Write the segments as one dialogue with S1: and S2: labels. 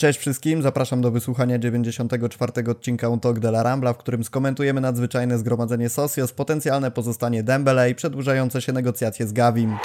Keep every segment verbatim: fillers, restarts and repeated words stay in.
S1: Cześć wszystkim, zapraszam do wysłuchania dziewięćdziesiątego czwartego odcinka Un Talk de la Rambla, w którym skomentujemy nadzwyczajne zgromadzenie Socios, potencjalne pozostanie Dembele i przedłużające się negocjacje z Gavim.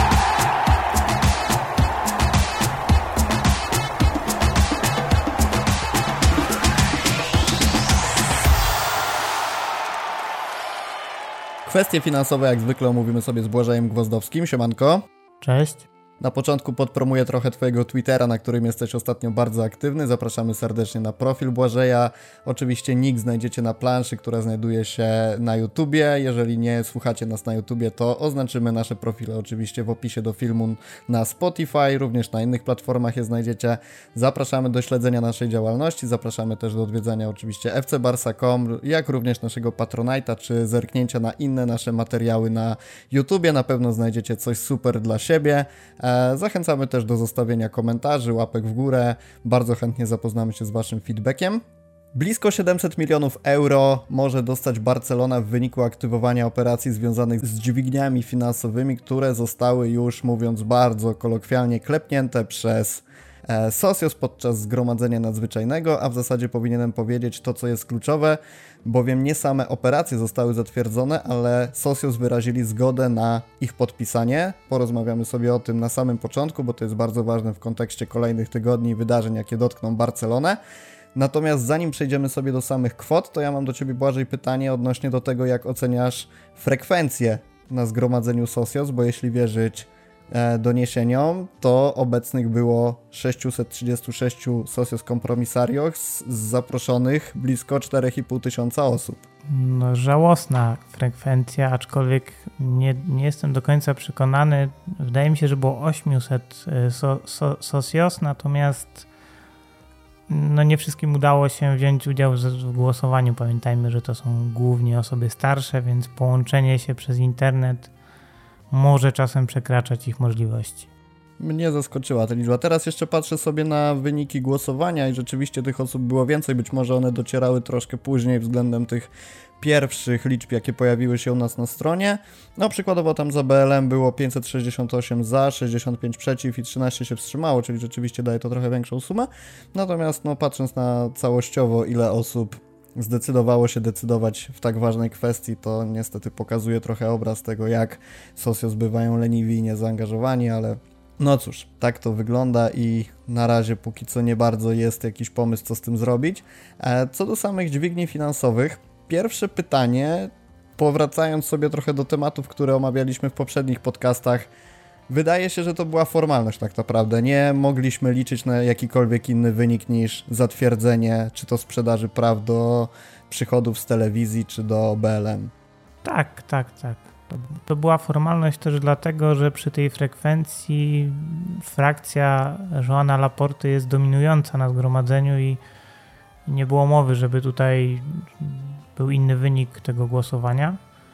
S1: Kwestie finansowe jak zwykle omówimy sobie z Błażejem Gwozdowskim. Siemanko.
S2: Cześć.
S1: Na początku podpromuję trochę Twojego Twittera, na którym jesteś ostatnio bardzo aktywny. Zapraszamy serdecznie na profil Błażeja. Oczywiście nick znajdziecie na planszy, która znajduje się na YouTubie. Jeżeli nie słuchacie nas na YouTubie, to oznaczymy nasze profile oczywiście w opisie do filmu na Spotify. Również na innych platformach je znajdziecie. Zapraszamy do śledzenia naszej działalności. Zapraszamy też do odwiedzania oczywiście f c barsa kropka com, jak również naszego Patronite'a, czy zerknięcia na inne nasze materiały na YouTubie. Na pewno znajdziecie coś super dla siebie. Zachęcamy też do zostawienia komentarzy, łapek w górę. Bardzo chętnie zapoznamy się z Waszym feedbackiem. Blisko siedemset milionów euro może dostać Barcelona w wyniku aktywowania operacji związanych z dźwigniami finansowymi, które zostały już, mówiąc bardzo kolokwialnie, klepnięte przez Socios podczas zgromadzenia nadzwyczajnego, a w zasadzie powinienem powiedzieć to, co jest kluczowe, bowiem nie same operacje zostały zatwierdzone, ale Socios wyrazili zgodę na ich podpisanie. Porozmawiamy sobie o tym na samym początku, bo to jest bardzo ważne w kontekście kolejnych tygodni i wydarzeń, jakie dotkną Barcelonę. Natomiast zanim przejdziemy sobie do samych kwot, to ja mam do Ciebie, Błażej, pytanie odnośnie do tego, jak oceniasz frekwencję na zgromadzeniu Socios, bo jeśli wierzyć doniesieniom, to obecnych było sześćset trzydzieści sześć Socios Compromisarios z zaproszonych blisko cztery i pół tysiąca osób.
S2: No, żałosna frekwencja, aczkolwiek nie, nie jestem do końca przekonany. Wydaje mi się, że było osiemset so, so, Socios, natomiast no nie wszystkim udało się wziąć udział w głosowaniu. Pamiętajmy, że to są głównie osoby starsze, więc połączenie się przez internet może czasem przekraczać ich możliwości.
S1: Mnie zaskoczyła ta liczba. Teraz jeszcze patrzę sobie na wyniki głosowania i rzeczywiście tych osób było więcej. Być może one docierały troszkę później względem tych pierwszych liczb, jakie pojawiły się u nas na stronie. No przykładowo tam za B L M było pięćset sześćdziesiąt osiem za, sześćdziesiąt pięć przeciw i trzynaście się wstrzymało, czyli rzeczywiście daje to trochę większą sumę. Natomiast no patrząc na całościowo, ile osób zdecydowało się decydować w tak ważnej kwestii, to niestety pokazuje trochę obraz tego, jak Socios bywają leniwi i niezaangażowani, ale no cóż, tak to wygląda i na razie póki co nie bardzo jest jakiś pomysł, co z tym zrobić. Co do samych dźwigni finansowych, pierwsze pytanie, powracając sobie trochę do tematów, które omawialiśmy w poprzednich podcastach, wydaje się, że to była formalność tak naprawdę. Nie mogliśmy liczyć na jakikolwiek inny wynik niż zatwierdzenie, czy to sprzedaży praw do przychodów z telewizji, czy do B L M.
S2: Tak, tak, tak. To, to była formalność też dlatego, że przy tej frekwencji frakcja Joana Laporty jest dominująca na zgromadzeniu i nie było mowy, żeby tutaj był inny wynik tego głosowania.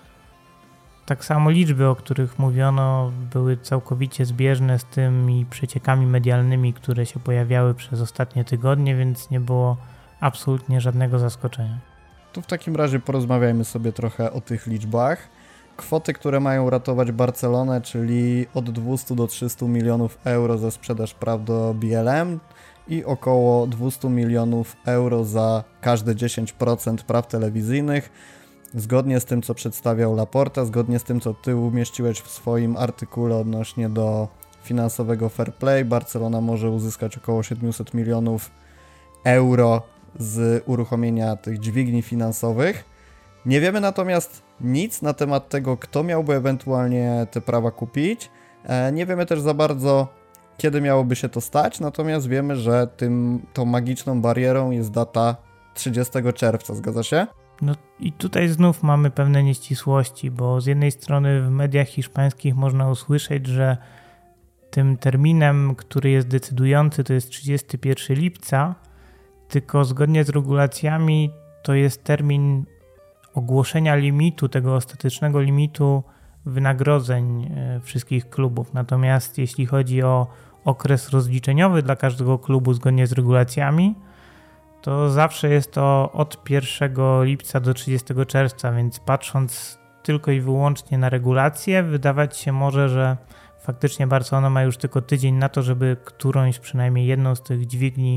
S2: Tak samo liczby, o których mówiono, były całkowicie zbieżne z tymi przeciekami medialnymi, które się pojawiały przez ostatnie tygodnie, więc nie było absolutnie żadnego zaskoczenia.
S1: Tu w takim razie porozmawiajmy sobie trochę o tych liczbach. Kwoty, które mają ratować Barcelonę, czyli od dwieście do trzystu milionów euro za sprzedaż praw do B L M i około dwieście milionów euro za każde dziesięć procent praw telewizyjnych. Zgodnie z tym, co przedstawiał Laporta, zgodnie z tym, co Ty umieściłeś w swoim artykule odnośnie do finansowego fair play, Barcelona może uzyskać około siedemset milionów euro z uruchomienia tych dźwigni finansowych. Nie wiemy natomiast nic na temat tego, kto miałby ewentualnie te prawa kupić. Nie wiemy też za bardzo, kiedy miałoby się to stać, natomiast wiemy, że tym, tą magiczną barierą jest data trzydziestego czerwca, zgadza się?
S2: No i tutaj znów mamy pewne nieścisłości, bo z jednej strony w mediach hiszpańskich można usłyszeć, że tym terminem, który jest decydujący, to jest trzydziestego pierwszego lipca, tylko zgodnie z regulacjami to jest termin ogłoszenia limitu, tego ostatecznego limitu wynagrodzeń wszystkich klubów. Natomiast jeśli chodzi o okres rozliczeniowy dla każdego klubu zgodnie z regulacjami, to zawsze jest to od pierwszego lipca do trzydziestego czerwca, więc patrząc tylko i wyłącznie na regulacje, wydawać się może, że faktycznie Barcelona ma już tylko tydzień na to, żeby którąś, przynajmniej jedną z tych dźwigni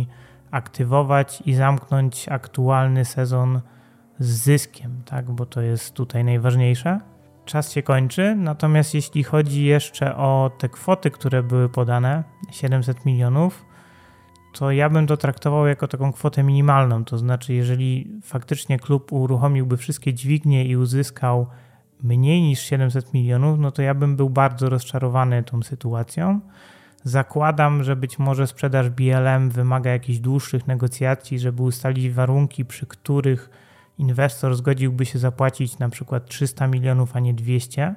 S2: aktywować i zamknąć aktualny sezon z zyskiem, tak? Bo to jest tutaj najważniejsze. Czas się kończy, natomiast jeśli chodzi jeszcze o te kwoty, które były podane, siedemset milionów, to ja bym to traktował jako taką kwotę minimalną, to znaczy jeżeli faktycznie klub uruchomiłby wszystkie dźwignie i uzyskał mniej niż siedemset milionów, no to ja bym był bardzo rozczarowany tą sytuacją. Zakładam, że być może sprzedaż B L M wymaga jakichś dłuższych negocjacji, żeby ustalić warunki, przy których inwestor zgodziłby się zapłacić na przykład trzysta milionów, a nie dwieście.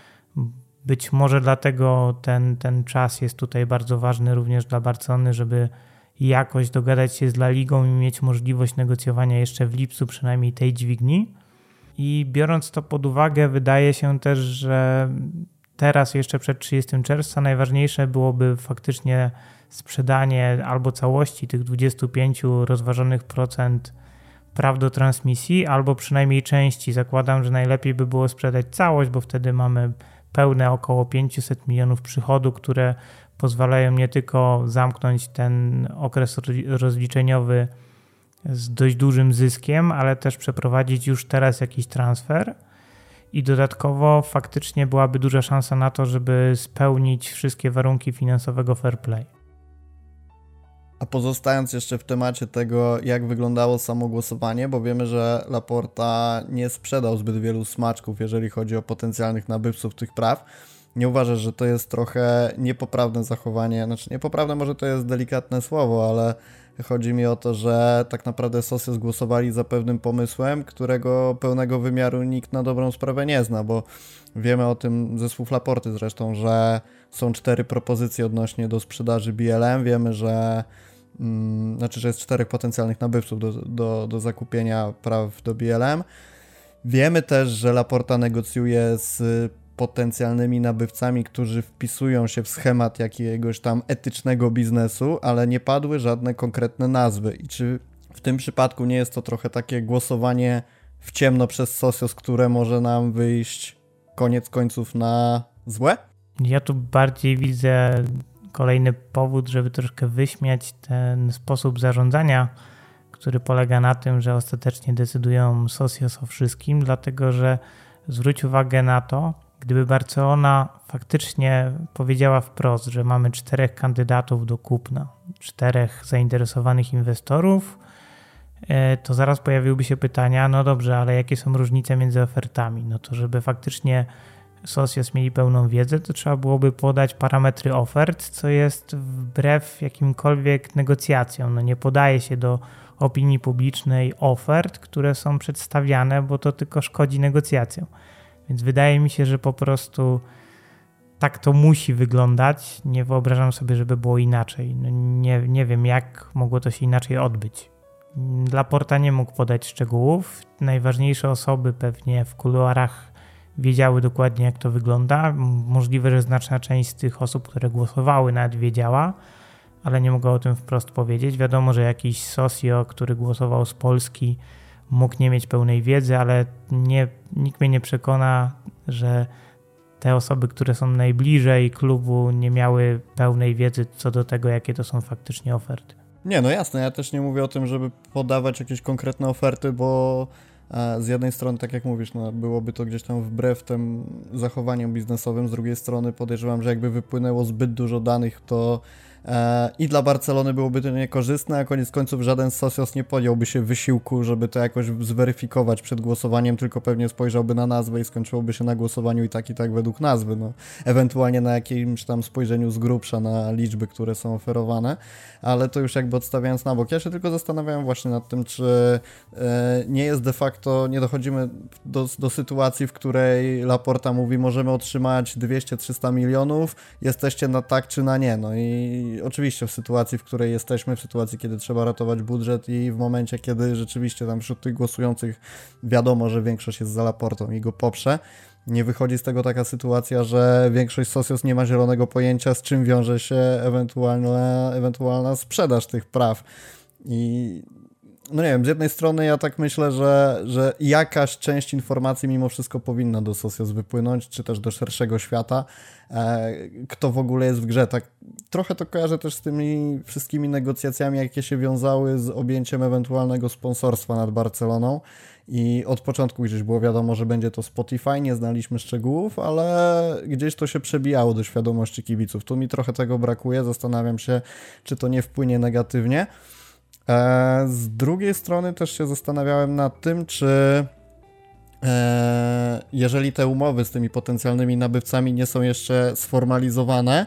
S2: Być może dlatego ten, ten czas jest tutaj bardzo ważny również dla Barcelony, żeby jakoś dogadać się z La Ligą i mieć możliwość negocjowania jeszcze w lipcu przynajmniej tej dźwigni. I biorąc to pod uwagę, wydaje się też, że teraz jeszcze przed trzydziestego czerwca najważniejsze byłoby faktycznie sprzedanie albo całości tych dwudziestu pięciu rozważonych procent praw do transmisji, albo przynajmniej części. Zakładam, że najlepiej by było sprzedać całość, bo wtedy mamy pełne około pięćset milionów przychodu, które pozwalają nie tylko zamknąć ten okres rozliczeniowy z dość dużym zyskiem, ale też przeprowadzić już teraz jakiś transfer i dodatkowo faktycznie byłaby duża szansa na to, żeby spełnić wszystkie warunki finansowego fair play.
S1: A pozostając jeszcze w temacie tego, jak wyglądało samo głosowanie, bo wiemy, że Laporta nie sprzedał zbyt wielu smaczków, jeżeli chodzi o potencjalnych nabywców tych praw. Nie uważasz, że to jest trochę niepoprawne zachowanie? Znaczy niepoprawne może to jest delikatne słowo, ale chodzi mi o to, że tak naprawdę Socios głosowali za pewnym pomysłem, którego pełnego wymiaru nikt na dobrą sprawę nie zna, bo wiemy o tym ze słów Laporty zresztą, że są cztery propozycje odnośnie do sprzedaży B L M. Wiemy, że mm, znaczy, że jest czterech potencjalnych nabywców do, do, do zakupienia praw do B L M. Wiemy też, że Laporta negocjuje z potencjalnymi nabywcami, którzy wpisują się w schemat jakiegoś tam etycznego biznesu, ale nie padły żadne konkretne nazwy. I czy w tym przypadku nie jest to trochę takie głosowanie w ciemno przez Socios, które może nam wyjść koniec końców na złe?
S2: Ja tu bardziej widzę kolejny powód, żeby troszkę wyśmiać ten sposób zarządzania, który polega na tym, że ostatecznie decydują Socios o wszystkim, dlatego że zwróć uwagę na to, gdyby Barcelona faktycznie powiedziała wprost, że mamy czterech kandydatów do kupna, czterech zainteresowanych inwestorów, to zaraz pojawiłyby się pytania, no dobrze, ale jakie są różnice między ofertami? No to żeby faktycznie Socios mieli pełną wiedzę, to trzeba byłoby podać parametry ofert, co jest wbrew jakimkolwiek negocjacjom. No nie podaje się do opinii publicznej ofert, które są przedstawiane, bo to tylko szkodzi negocjacjom. Więc wydaje mi się, że po prostu tak to musi wyglądać. Nie wyobrażam sobie, żeby było inaczej. No nie, nie wiem, jak mogło to się inaczej odbyć. Laporta nie mógł podać szczegółów. Najważniejsze osoby pewnie w kuluarach wiedziały dokładnie, jak to wygląda. Możliwe, że znaczna część z tych osób, które głosowały, nawet wiedziała, ale nie mogła o tym wprost powiedzieć. Wiadomo, że jakiś socio, który głosował z Polski, mógł nie mieć pełnej wiedzy, ale nie, nikt mnie nie przekona, że te osoby, które są najbliżej klubu, nie miały pełnej wiedzy co do tego, jakie to są faktycznie oferty.
S1: Nie, no jasne, ja też nie mówię o tym, żeby podawać jakieś konkretne oferty, bo z jednej strony, tak jak mówisz, no, byłoby to gdzieś tam wbrew tym zachowaniom biznesowym, z drugiej strony podejrzewam, że jakby wypłynęło zbyt dużo danych, to e, i dla Barcelony byłoby to niekorzystne, a koniec końców żaden Socios nie podjąłby się wysiłku, żeby to jakoś zweryfikować przed głosowaniem, tylko pewnie spojrzałby na nazwę i skończyłoby się na głosowaniu i tak i tak według nazwy, no. Ewentualnie na jakimś tam spojrzeniu z grubsza na liczby, które są oferowane, ale to już jakby odstawiając na bok. Ja się tylko zastanawiałem właśnie nad tym, czy e, nie jest de facto, nie dochodzimy do, do sytuacji, w której Laporta mówi, możemy otrzymać dwieście trzysta milionów, jesteście na tak czy na nie. No i oczywiście w sytuacji, w której jesteśmy, w sytuacji, kiedy trzeba ratować budżet i w momencie, kiedy rzeczywiście tam wśród tych głosujących wiadomo, że większość jest za Laportą i go poprze, nie wychodzi z tego taka sytuacja, że większość Socios nie ma zielonego pojęcia, z czym wiąże się ewentualna, ewentualna sprzedaż tych praw. I no nie wiem, z jednej strony ja tak myślę, że, że jakaś część informacji mimo wszystko powinna do Socios wypłynąć, czy też do szerszego świata, e, kto w ogóle jest w grze. Tak trochę to kojarzę też z tymi wszystkimi negocjacjami, jakie się wiązały z objęciem ewentualnego sponsorstwa nad Barceloną i od początku gdzieś było wiadomo, że będzie to Spotify, nie znaliśmy szczegółów, ale gdzieś to się przebijało do świadomości kibiców. Tu mi trochę tego brakuje, zastanawiam się, czy to nie wpłynie negatywnie. Z drugiej strony też się zastanawiałem nad tym, czy jeżeli te umowy z tymi potencjalnymi nabywcami nie są jeszcze sformalizowane,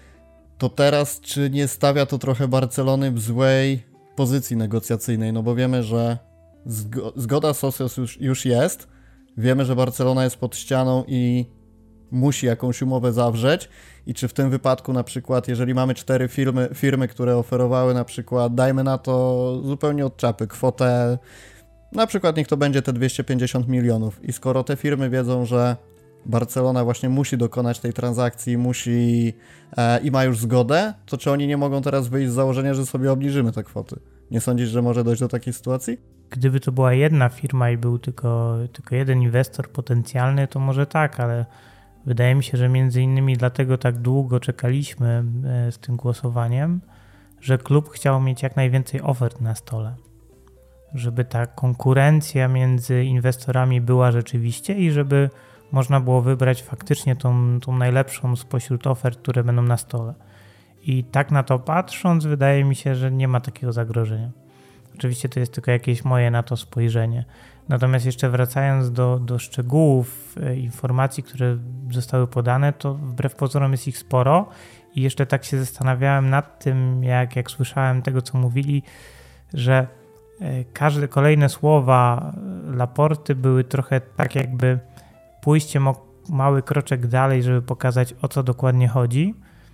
S1: to teraz czy nie stawia to trochę Barcelony w złej pozycji negocjacyjnej, no bo wiemy, że zgoda Socios już, już jest, wiemy, że Barcelona jest pod ścianą i musi jakąś umowę zawrzeć i czy w tym wypadku na przykład, jeżeli mamy cztery firmy, firmy, które oferowały na przykład, dajmy na to zupełnie od czapy, kwotę, na przykład niech to będzie te dwieście pięćdziesiąt milionów i skoro te firmy wiedzą, że Barcelona właśnie musi dokonać tej transakcji, musi e, i ma już zgodę, to czy oni nie mogą teraz wyjść z założenia, że sobie obniżymy te kwoty? Nie sądzisz, że może dojść do takiej sytuacji?
S2: Gdyby to była jedna firma i był tylko, tylko jeden inwestor potencjalny, to może tak, ale wydaje mi się, że między innymi dlatego tak długo czekaliśmy z tym głosowaniem, że klub chciał mieć jak najwięcej ofert na stole. Żeby ta konkurencja między inwestorami była rzeczywiście i żeby można było wybrać faktycznie tą, tą najlepszą spośród ofert, które będą na stole. I tak na to patrząc, wydaje mi się, że nie ma takiego zagrożenia. Oczywiście to jest tylko jakieś moje na to spojrzenie. Natomiast jeszcze wracając do, do szczegółów e, informacji, które zostały podane, to wbrew pozorom jest ich sporo i jeszcze tak się zastanawiałem nad tym, jak, jak słyszałem tego, co mówili, że e, każde kolejne słowa Laporty były trochę tak jakby pójściem o mały kroczek dalej, żeby pokazać, o co dokładnie chodzi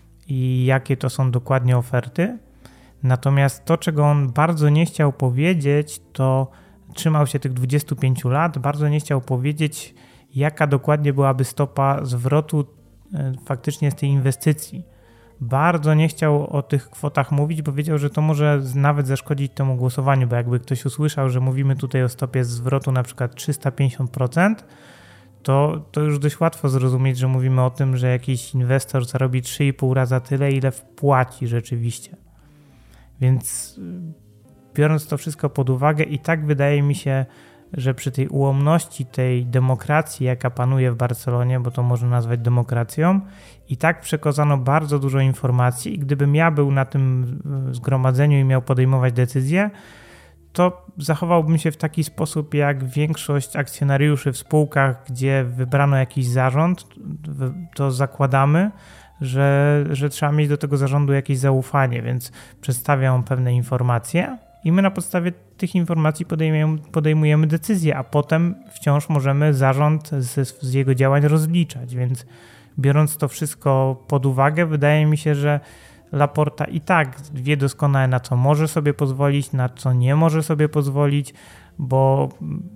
S2: i jakie to są dokładnie oferty. Natomiast to, czego on bardzo nie chciał powiedzieć, to trzymał się tych dwudziestu pięciu lat, bardzo nie chciał powiedzieć, jaka dokładnie byłaby stopa zwrotu faktycznie z tej inwestycji. Bardzo nie chciał o tych kwotach mówić, bo wiedział, że to może nawet zaszkodzić temu głosowaniu, bo jakby ktoś usłyszał, że mówimy tutaj o stopie zwrotu na przykład trzysta pięćdziesiąt procent, to, to już dość łatwo zrozumieć, że mówimy o tym, że jakiś inwestor zarobi trzy i pół raza tyle, ile wpłaci rzeczywiście. Więc biorąc to wszystko pod uwagę i tak wydaje mi się, że przy tej ułomności tej demokracji, jaka panuje w Barcelonie, bo to można nazwać demokracją, i tak przekazano bardzo dużo informacji i gdybym ja był na tym zgromadzeniu i miał podejmować decyzje, to zachowałbym się w taki sposób jak większość akcjonariuszy w spółkach, gdzie wybrano jakiś zarząd, to zakładamy, że, że trzeba mieć do tego zarządu jakieś zaufanie, więc przedstawiam pewne informacje i my na podstawie tych informacji podejmujemy, podejmujemy decyzje, a potem wciąż możemy zarząd z, z jego działań rozliczać, więc biorąc to wszystko pod uwagę, wydaje mi się, że Laporta i tak wie doskonale, na co może sobie pozwolić, na co nie może sobie pozwolić, bo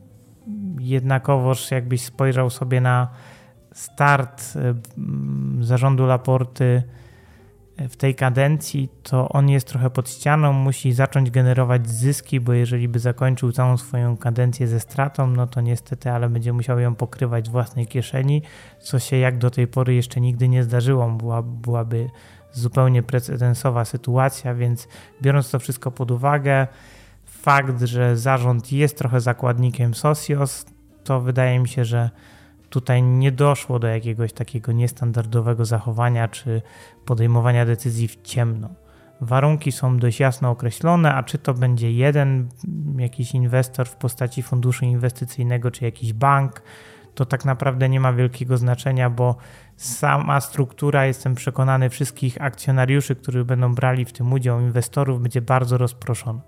S2: jednakowoż jakbyś spojrzał sobie na start zarządu Laporty w tej kadencji, to on jest trochę pod ścianą, musi zacząć generować zyski, bo jeżeli by zakończył całą swoją kadencję ze stratą, no to niestety, ale będzie musiał ją pokrywać z własnej kieszeni, co się jak do tej pory jeszcze nigdy nie zdarzyło, Była, byłaby zupełnie precedensowa sytuacja, więc biorąc to wszystko pod uwagę, fakt, że zarząd jest trochę zakładnikiem Socios, to wydaje mi się, że tutaj nie doszło do jakiegoś takiego niestandardowego zachowania czy podejmowania decyzji w ciemno. Warunki są dość jasno określone, a czy to będzie jeden jakiś inwestor w postaci funduszu inwestycyjnego, czy jakiś bank, to tak naprawdę nie ma wielkiego znaczenia, bo sama struktura, jestem przekonany, wszystkich akcjonariuszy, którzy będą brali w tym udział, inwestorów, będzie bardzo rozproszona.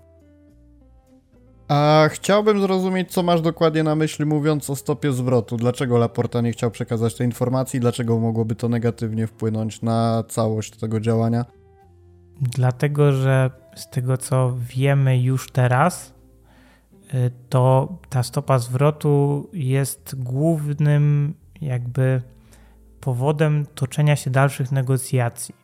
S1: A chciałbym zrozumieć, co masz dokładnie na myśli, mówiąc o stopie zwrotu. Dlaczego Laporta nie chciał przekazać tej informacji? Dlaczego mogłoby to negatywnie wpłynąć na całość tego działania?
S2: Dlatego, że z tego, co wiemy już teraz, to ta stopa zwrotu jest głównym jakby powodem toczenia się dalszych negocjacji.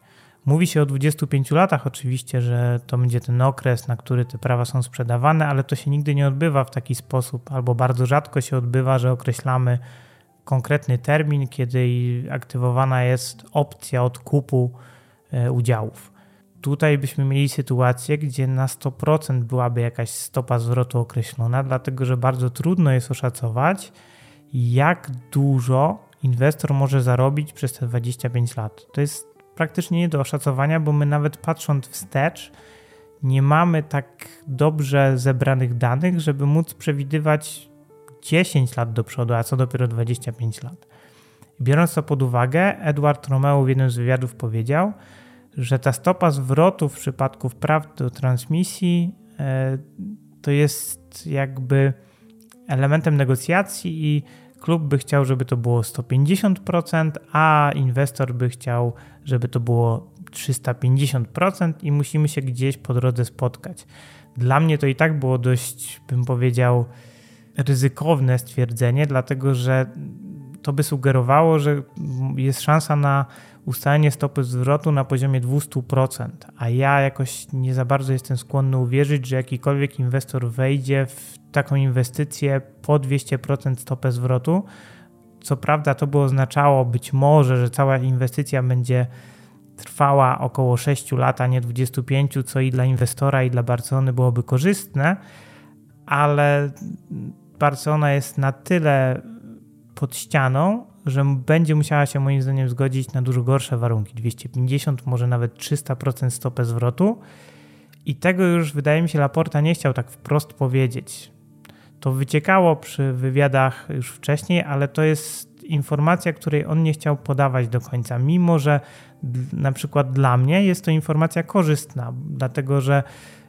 S2: Mówi się o dwudziestu pięciu latach oczywiście, że to będzie ten okres, na który te prawa są sprzedawane, ale to się nigdy nie odbywa w taki sposób, albo bardzo rzadko się odbywa, że określamy konkretny termin, kiedy aktywowana jest opcja odkupu udziałów. Tutaj byśmy mieli sytuację, gdzie na sto procent byłaby jakaś stopa zwrotu określona, dlatego że bardzo trudno jest oszacować, jak dużo inwestor może zarobić przez te dwadzieścia pięć lat. To jest praktycznie nie do oszacowania, bo my nawet patrząc wstecz nie mamy tak dobrze zebranych danych, żeby móc przewidywać dziesięć lat do przodu, a co dopiero dwadzieścia pięć lat. Biorąc to pod uwagę, Edward Romeo w jednym z wywiadów powiedział, że ta stopa zwrotu w przypadku praw do transmisji e, to jest jakby elementem negocjacji i klub by chciał, żeby to było sto pięćdziesiąt procent, a inwestor by chciał, żeby to było trzysta pięćdziesiąt procent i musimy się gdzieś po drodze spotkać. Dla mnie to i tak było dość, bym powiedział, ryzykowne stwierdzenie, dlatego że to by sugerowało, że jest szansa na ustalenie stopy zwrotu na poziomie dwieście procent, a ja jakoś nie za bardzo jestem skłonny uwierzyć, że jakikolwiek inwestor wejdzie w taką inwestycję po dwieście procent stopę zwrotu. Co prawda to by oznaczało być może, że cała inwestycja będzie trwała około sześć lat, a nie dwadzieścia pięć, co i dla inwestora, i dla Barcelony byłoby korzystne, ale Barcelona jest na tyle pod ścianą, że będzie musiała się moim zdaniem zgodzić na dużo gorsze warunki, dwieście pięćdziesiąt, może nawet trzysta procent stopę zwrotu i tego już wydaje mi się Laporta nie chciał tak wprost powiedzieć. To wyciekało przy wywiadach już wcześniej, ale to jest informacja, której on nie chciał podawać do końca, mimo że na przykład dla mnie jest to informacja korzystna, dlatego że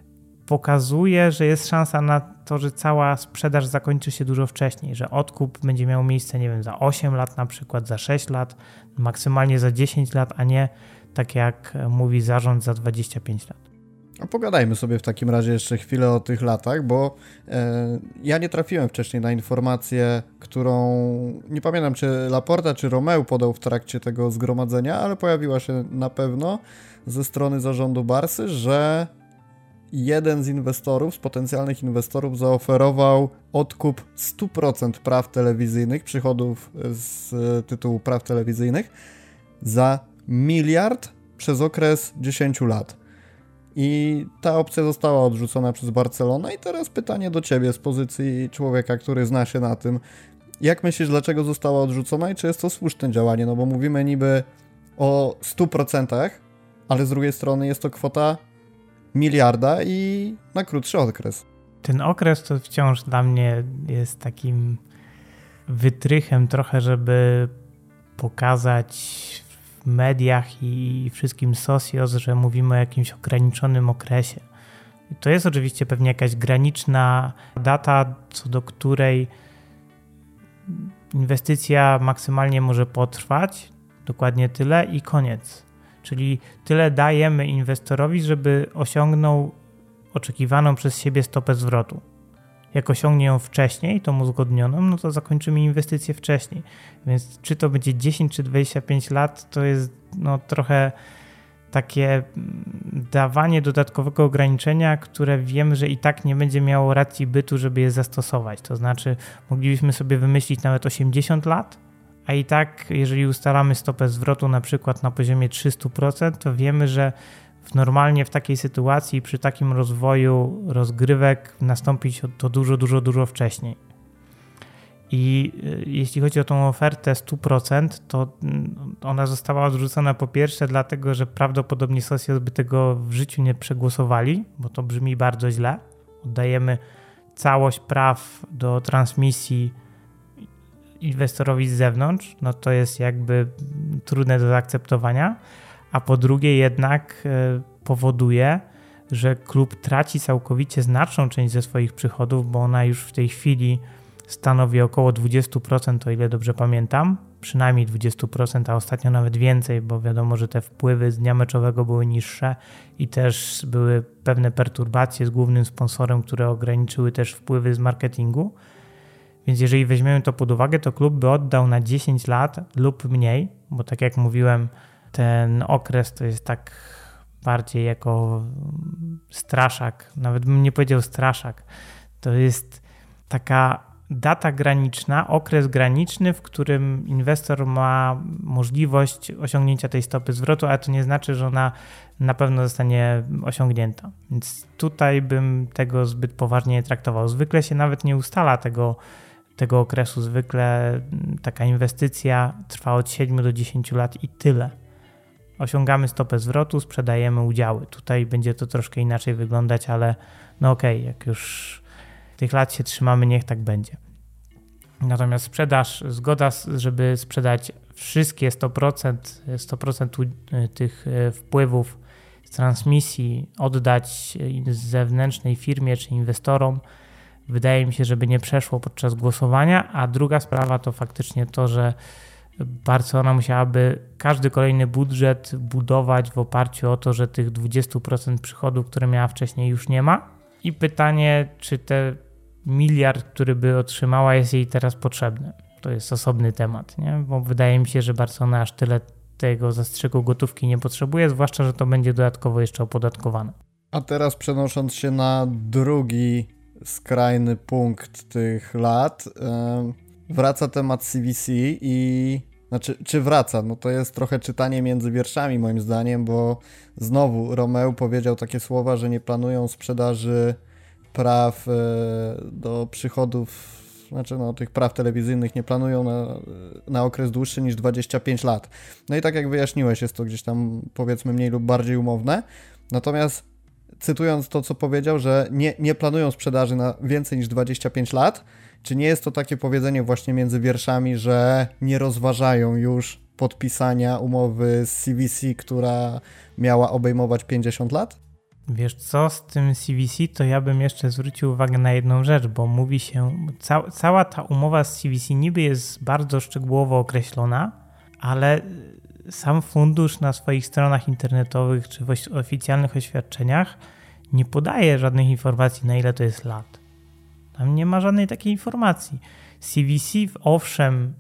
S2: pokazuje, że jest szansa na to, że cała sprzedaż zakończy się dużo wcześniej, że odkup będzie miał miejsce, nie wiem, za osiem lat na przykład, za sześć lat, maksymalnie za dziesięć lat, a nie tak jak mówi zarząd za dwadzieścia pięć lat.
S1: A pogadajmy sobie w takim razie jeszcze chwilę o tych latach, bo e, ja nie trafiłem wcześniej na informację, którą nie pamiętam, czy Laporta, czy Romeu podał w trakcie tego zgromadzenia, ale pojawiła się na pewno ze strony zarządu Barsy, że jeden z inwestorów, z potencjalnych inwestorów zaoferował odkup sto procent praw telewizyjnych, przychodów z tytułu praw telewizyjnych za miliard przez okres dziesięć lat. I ta opcja została odrzucona przez Barcelonę i teraz pytanie do Ciebie z pozycji człowieka, który zna się na tym. Jak myślisz, dlaczego została odrzucona i czy jest to słuszne działanie? No bo mówimy niby o stu procentach, ale z drugiej strony jest to kwota miliarda i na krótszy okres.
S2: Ten okres to wciąż dla mnie jest takim wytrychem trochę, żeby pokazać w mediach i wszystkim socios, że mówimy o jakimś ograniczonym okresie. I to jest oczywiście pewnie jakaś graniczna data, co do której inwestycja maksymalnie może potrwać, dokładnie tyle i koniec. Czyli tyle dajemy inwestorowi, żeby osiągnął oczekiwaną przez siebie stopę zwrotu. Jak osiągnie ją wcześniej, tą uzgodnioną, no to zakończymy inwestycję wcześniej. Więc czy to będzie dziesięć czy dwadzieścia pięć lat, to jest no trochę takie dawanie dodatkowego ograniczenia, które wiemy, że i tak nie będzie miało racji bytu, żeby je zastosować. To znaczy moglibyśmy sobie wymyślić nawet osiemdziesiąt lat, a i tak jeżeli ustalamy stopę zwrotu na przykład na poziomie trzysta procent, to wiemy, że w normalnie w takiej sytuacji przy takim rozwoju rozgrywek nastąpi to dużo, dużo, dużo wcześniej. I jeśli chodzi o tą ofertę sto procent, to ona została odrzucona po pierwsze dlatego, że prawdopodobnie socios by tego w życiu nie przegłosowali, bo to brzmi bardzo źle. Oddajemy całość praw do transmisji inwestorowi z zewnątrz, no to jest jakby trudne do zaakceptowania, a po drugie jednak powoduje, że klub traci całkowicie znaczną część ze swoich przychodów, bo ona już w tej chwili stanowi około dwadzieścia procent, o ile dobrze pamiętam, przynajmniej dwadzieścia procent, a ostatnio nawet więcej, bo wiadomo, że te wpływy z dnia meczowego były niższe i też były pewne perturbacje z głównym sponsorem, które ograniczyły też wpływy z marketingu. Więc jeżeli weźmiemy to pod uwagę, to klub by oddał na dziesięć lat lub mniej, bo tak jak mówiłem, ten okres to jest tak bardziej jako straszak, nawet bym nie powiedział straszak. To jest taka data graniczna, okres graniczny, w którym inwestor ma możliwość osiągnięcia tej stopy zwrotu, ale to nie znaczy, że ona na pewno zostanie osiągnięta. Więc tutaj bym tego zbyt poważnie nie traktował. Zwykle się nawet nie ustala tego, tego okresu. Zwykle taka inwestycja trwa od siedmiu do dziesięciu lat i tyle. Osiągamy stopę zwrotu, sprzedajemy udziały. Tutaj będzie to troszkę inaczej wyglądać, ale no okej, okay, jak już tych lat się trzymamy, niech tak będzie. Natomiast sprzedaż, zgoda, żeby sprzedać wszystkie sto procent, sto procent tych wpływów z transmisji, oddać zewnętrznej firmie czy inwestorom, wydaje mi się, żeby nie przeszło podczas głosowania, a druga sprawa to faktycznie to, że Barcelona musiałaby każdy kolejny budżet budować w oparciu o to, że tych dwadzieścia procent przychodów, które miała wcześniej, już nie ma. I pytanie, czy ten miliard, który by otrzymała, jest jej teraz potrzebny. To jest osobny temat, nie? Bo wydaje mi się, że Barcelona aż tyle tego zastrzyku gotówki nie potrzebuje, zwłaszcza, że to będzie dodatkowo jeszcze opodatkowane.
S1: A teraz przenosząc się na drugi skrajny punkt tych lat, yy, wraca temat C V C i znaczy, czy wraca? No to jest trochę czytanie między wierszami moim zdaniem, bo znowu Romeu powiedział takie słowa, że nie planują sprzedaży praw yy, do przychodów, znaczy no tych praw telewizyjnych nie planują na, na okres dłuższy niż dwadzieścia pięć lat. No i tak jak wyjaśniłeś, jest to gdzieś tam powiedzmy mniej lub bardziej umowne. Natomiast cytując to, co powiedział, że nie, nie planują sprzedaży na więcej niż dwadzieścia pięć lat, czy nie jest to takie powiedzenie właśnie między wierszami, że nie rozważają już podpisania umowy z C V C, która miała obejmować pięćdziesiąt lat?
S2: Wiesz co, z tym C V C to ja bym jeszcze zwrócił uwagę na jedną rzecz, bo mówi się, ca- cała ta umowa z C V C niby jest bardzo szczegółowo określona, ale sam fundusz na swoich stronach internetowych czy w oficjalnych oświadczeniach nie podaje żadnych informacji, na ile to jest lat. Tam nie ma żadnej takiej informacji. C V C owszem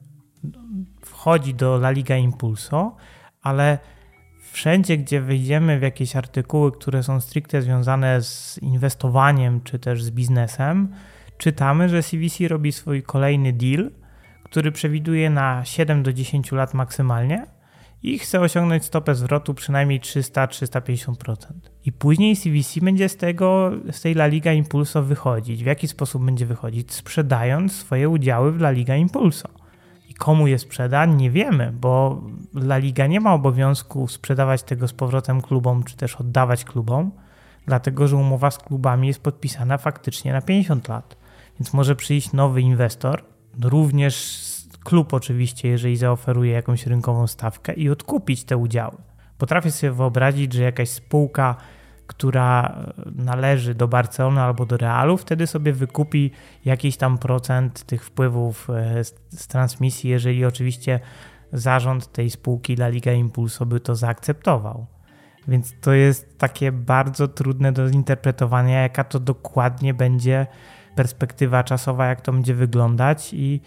S2: wchodzi do La Liga Impulso, ale wszędzie, gdzie wejdziemy w jakieś artykuły, które są stricte związane z inwestowaniem czy też z biznesem, czytamy, że C V C robi swój kolejny deal, który przewiduje na siedem do dziesięciu lat maksymalnie i chce osiągnąć stopę zwrotu przynajmniej trzysta do trzystu pięćdziesięciu procent. I później C V C będzie z tego, z tej La Liga Impulso wychodzić. W jaki sposób będzie wychodzić? Sprzedając swoje udziały w La Liga Impulso. I komu je sprzeda? Nie wiemy, bo La Liga nie ma obowiązku sprzedawać tego z powrotem klubom, czy też oddawać klubom, dlatego że umowa z klubami jest podpisana faktycznie na pięćdziesiąt lat. Więc może przyjść nowy inwestor, również klub oczywiście, jeżeli zaoferuje jakąś rynkową stawkę i odkupić te udziały. Potrafię sobie wyobrazić, że jakaś spółka, która należy do Barcelony albo do Realu, wtedy sobie wykupi jakiś tam procent tych wpływów z, z transmisji, jeżeli oczywiście zarząd tej spółki La Liga Impulso by to zaakceptował. Więc to jest takie bardzo trudne do zinterpretowania, jaka to dokładnie będzie perspektywa czasowa, jak to będzie wyglądać i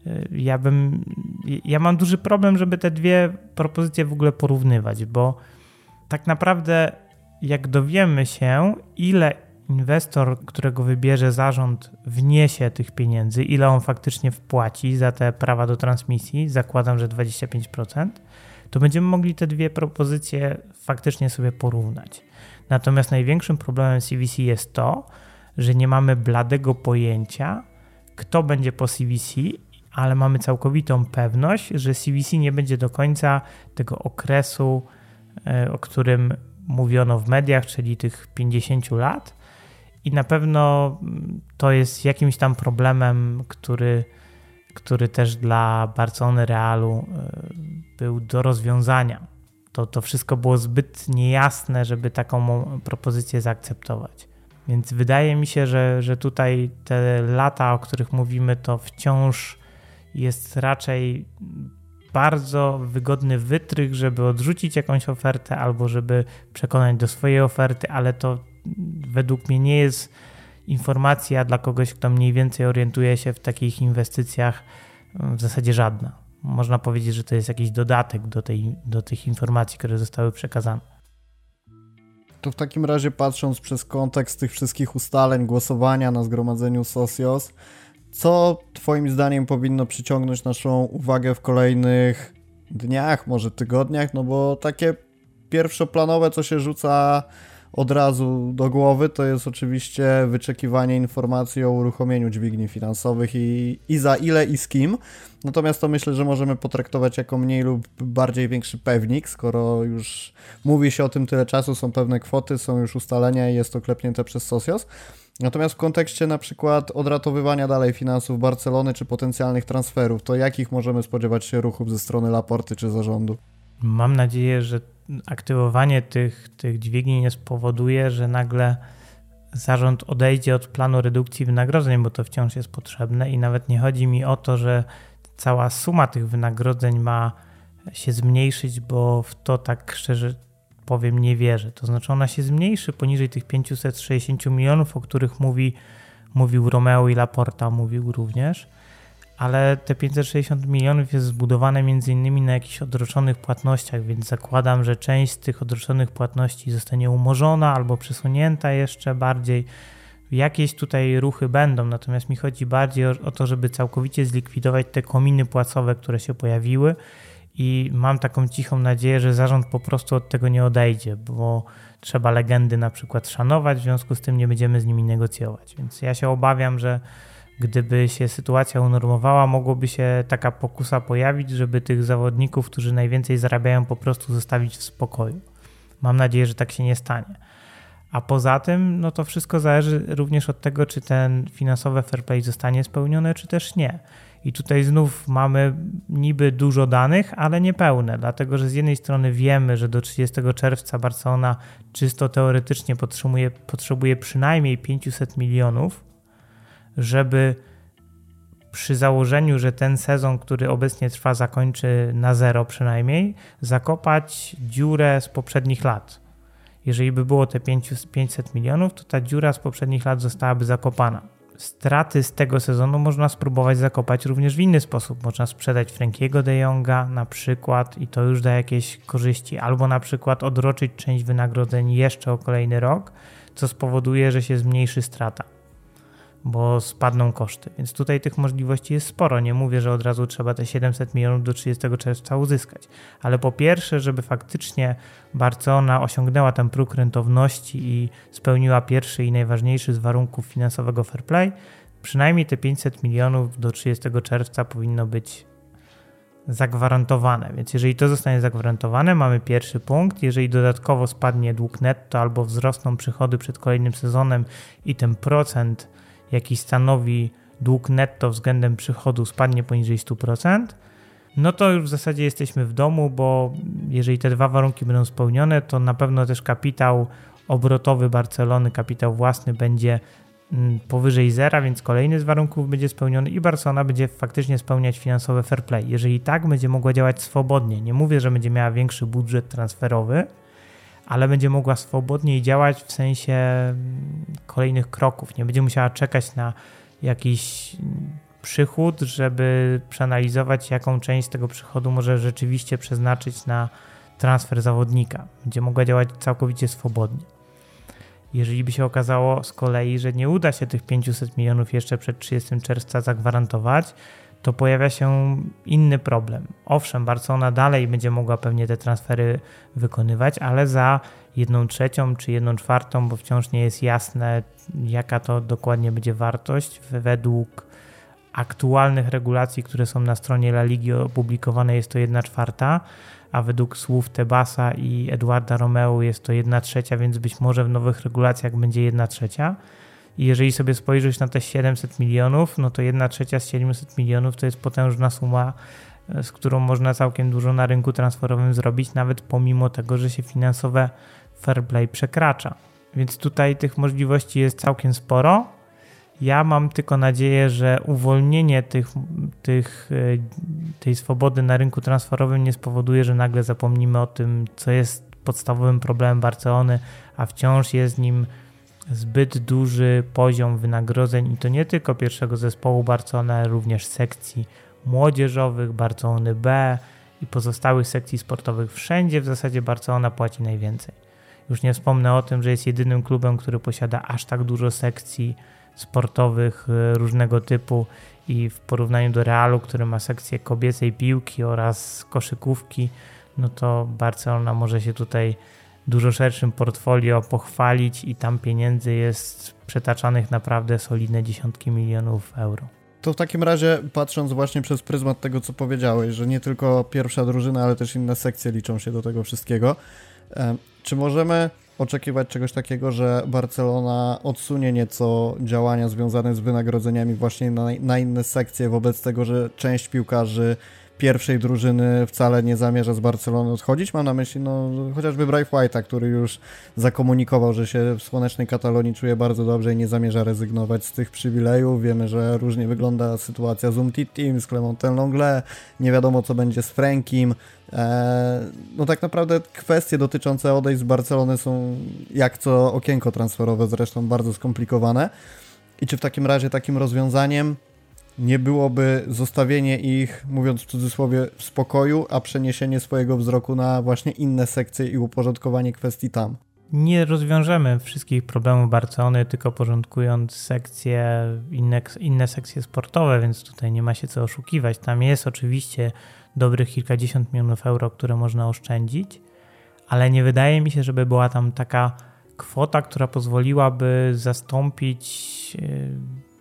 S2: ja bym, ja mam duży problem, żeby te dwie propozycje w ogóle porównywać, bo tak naprawdę jak dowiemy się, ile inwestor, którego wybierze zarząd, wniesie tych pieniędzy, ile on faktycznie wpłaci za te prawa do transmisji, zakładam, że dwadzieścia pięć procent, to będziemy mogli te dwie propozycje faktycznie sobie porównać. Natomiast największym problemem C V C jest to, że nie mamy bladego pojęcia, kto będzie po C V C, ale mamy całkowitą pewność, że C V C nie będzie do końca tego okresu, o którym mówiono w mediach, czyli tych pięćdziesięciu lat i na pewno to jest jakimś tam problemem, który, który też dla Barcelony, Realu był do rozwiązania. To, to wszystko było zbyt niejasne, żeby taką propozycję zaakceptować. Więc wydaje mi się, że, że tutaj te lata, o których mówimy, to wciąż jest raczej bardzo wygodny wytrych, żeby odrzucić jakąś ofertę albo żeby przekonać do swojej oferty, ale to według mnie nie jest informacja dla kogoś, kto mniej więcej orientuje się w takich inwestycjach, w zasadzie żadna. Można powiedzieć, że to jest jakiś dodatek do, tej, do tych informacji, które zostały przekazane.
S1: To w takim razie patrząc przez kontekst tych wszystkich ustaleń, głosowania na zgromadzeniu Socios, co twoim zdaniem powinno przyciągnąć naszą uwagę w kolejnych dniach, może tygodniach, no bo takie pierwszoplanowe, co się rzuca od razu do głowy, to jest oczywiście wyczekiwanie informacji o uruchomieniu dźwigni finansowych i, i za ile i z kim. Natomiast to myślę, że możemy potraktować jako mniej lub bardziej większy pewnik, skoro już mówi się o tym tyle czasu, są pewne kwoty, są już ustalenia i jest to klepnięte przez Socios. Natomiast w kontekście na przykład odratowywania dalej finansów Barcelony czy potencjalnych transferów, to jakich możemy spodziewać się ruchów ze strony Laporty czy zarządu?
S2: Mam nadzieję, że aktywowanie tych, tych dźwigni nie spowoduje, że nagle zarząd odejdzie od planu redukcji wynagrodzeń, bo to wciąż jest potrzebne i nawet nie chodzi mi o to, że cała suma tych wynagrodzeń ma się zmniejszyć, bo w to tak szczerze powiem nie wierzę. To znaczy ona się zmniejszy poniżej tych pięćset sześćdziesiąt milionów, o których mówi, mówił Romeo i Laporta, mówił również, ale te pięćset sześćdziesiąt milionów jest zbudowane między innymi na jakichś odroczonych płatnościach, więc zakładam, że część z tych odroczonych płatności zostanie umorzona albo przesunięta jeszcze bardziej. Jakieś tutaj ruchy będą, natomiast mi chodzi bardziej o, o to, żeby całkowicie zlikwidować te kominy płacowe, które się pojawiły i mam taką cichą nadzieję, że zarząd po prostu od tego nie odejdzie, bo trzeba legendy na przykład szanować, w związku z tym nie będziemy z nimi negocjować, więc ja się obawiam, że gdyby się sytuacja unormowała, mogłoby się taka pokusa pojawić, żeby tych zawodników, którzy najwięcej zarabiają, po prostu zostawić w spokoju. Mam nadzieję, że tak się nie stanie. A poza tym, no to wszystko zależy również od tego, czy ten finansowe fair play zostanie spełnione, czy też nie. I tutaj znów mamy niby dużo danych, ale niepełne, dlatego że z jednej strony wiemy, że do trzydziestego czerwca Barcelona czysto teoretycznie potrzebuje, potrzebuje przynajmniej pięćset milionów, żeby przy założeniu, że ten sezon, który obecnie trwa, zakończy na zero przynajmniej, zakopać dziurę z poprzednich lat. Jeżeli by było te pięćset milionów, to ta dziura z poprzednich lat zostałaby zakopana. Straty z tego sezonu można spróbować zakopać również w inny sposób. Można sprzedać Frankiego de Jonga na przykład i to już da jakieś korzyści, albo na przykład odroczyć część wynagrodzeń jeszcze o kolejny rok, co spowoduje, że się zmniejszy strata, bo spadną koszty. Więc tutaj tych możliwości jest sporo. Nie mówię, że od razu trzeba te siedemset milionów do trzydziestego czerwca uzyskać. Ale po pierwsze, żeby faktycznie Barcelona osiągnęła ten próg rentowności i spełniła pierwszy i najważniejszy z warunków finansowego fair play, przynajmniej te pięćset milionów do trzydziestego czerwca powinno być zagwarantowane. Więc jeżeli to zostanie zagwarantowane, mamy pierwszy punkt. Jeżeli dodatkowo spadnie dług netto albo wzrosną przychody przed kolejnym sezonem i ten procent, jaki stanowi dług netto względem przychodu, spadnie poniżej sto procent, no to już w zasadzie jesteśmy w domu, bo jeżeli te dwa warunki będą spełnione, to na pewno też kapitał obrotowy Barcelony, kapitał własny będzie powyżej zera, więc kolejny z warunków będzie spełniony i Barcelona będzie faktycznie spełniać finansowe fair play. Jeżeli tak, będzie mogła działać swobodnie. Nie mówię, że będzie miała większy budżet transferowy, ale będzie mogła swobodniej działać w sensie kolejnych kroków. Nie będzie musiała czekać na jakiś przychód, żeby przeanalizować, jaką część z tego przychodu może rzeczywiście przeznaczyć na transfer zawodnika. Będzie mogła działać całkowicie swobodnie. Jeżeli by się okazało z kolei, że nie uda się tych pięćset milionów jeszcze przed trzydziestego czerwca zagwarantować, to pojawia się inny problem. Owszem, Barcelona dalej będzie mogła pewnie te transfery wykonywać, ale za jedną trzecią czy jedną czwartą, bo wciąż nie jest jasne, jaka to dokładnie będzie wartość. Według aktualnych regulacji, które są na stronie La Ligi opublikowane, jest to jedna czwarta, a według słów Tebasa i Eduarda Romeo jest to jedna trzecia, więc być może w nowych regulacjach będzie jedna trzecia. I jeżeli sobie spojrzysz na te siedemset milionów, no to jedna trzecia z siedemset milionów to jest potężna suma, z którą można całkiem dużo na rynku transferowym zrobić, nawet pomimo tego, że się finansowe fair play przekracza. Więc tutaj tych możliwości jest całkiem sporo. Ja mam tylko nadzieję, że uwolnienie tych, tych, tej swobody na rynku transferowym nie spowoduje, że nagle zapomnimy o tym, co jest podstawowym problemem Barcelony, a wciąż jest nim zbyt duży poziom wynagrodzeń i to nie tylko pierwszego zespołu Barcelony, ale również sekcji młodzieżowych, Barcelony B i pozostałych sekcji sportowych. Wszędzie w zasadzie Barcelona płaci najwięcej. Już nie wspomnę o tym, że jest jedynym klubem, który posiada aż tak dużo sekcji sportowych różnego typu i w porównaniu do Realu, który ma sekcję kobiecej piłki oraz koszykówki, no to Barcelona może się tutaj dużo szerszym portfolio pochwalić i tam pieniędzy jest przetaczanych naprawdę solidne dziesiątki milionów euro.
S1: To w takim razie, patrząc właśnie przez pryzmat tego, co powiedziałeś, że nie tylko pierwsza drużyna, ale też inne sekcje liczą się do tego wszystkiego, czy możemy oczekiwać czegoś takiego, że Barcelona odsunie nieco działania związane z wynagrodzeniami właśnie na, na inne sekcje wobec tego, że część piłkarzy pierwszej drużyny wcale nie zamierza z Barcelony odchodzić? Mam na myśli no, chociażby Braith White'a, który już zakomunikował, że się w słonecznej Katalonii czuje bardzo dobrze i nie zamierza rezygnować z tych przywilejów. Wiemy, że różnie wygląda sytuacja z Umtitim, z Clementem Lenglet, nie wiadomo co będzie z Frankiem. Eee, no tak naprawdę kwestie dotyczące odejść z Barcelony są jak co okienko transferowe zresztą bardzo skomplikowane. I czy w takim razie takim rozwiązaniem nie byłoby zostawienie ich, mówiąc w cudzysłowie, w spokoju, a przeniesienie swojego wzroku na właśnie inne sekcje i uporządkowanie kwestii tam?
S2: Nie rozwiążemy wszystkich problemów Barcelony, tylko porządkując sekcje, inne, inne sekcje sportowe, więc tutaj nie ma się co oszukiwać. Tam jest oczywiście dobrych kilkadziesiąt milionów euro, które można oszczędzić, ale nie wydaje mi się, żeby była tam taka kwota, która pozwoliłaby zastąpić Yy,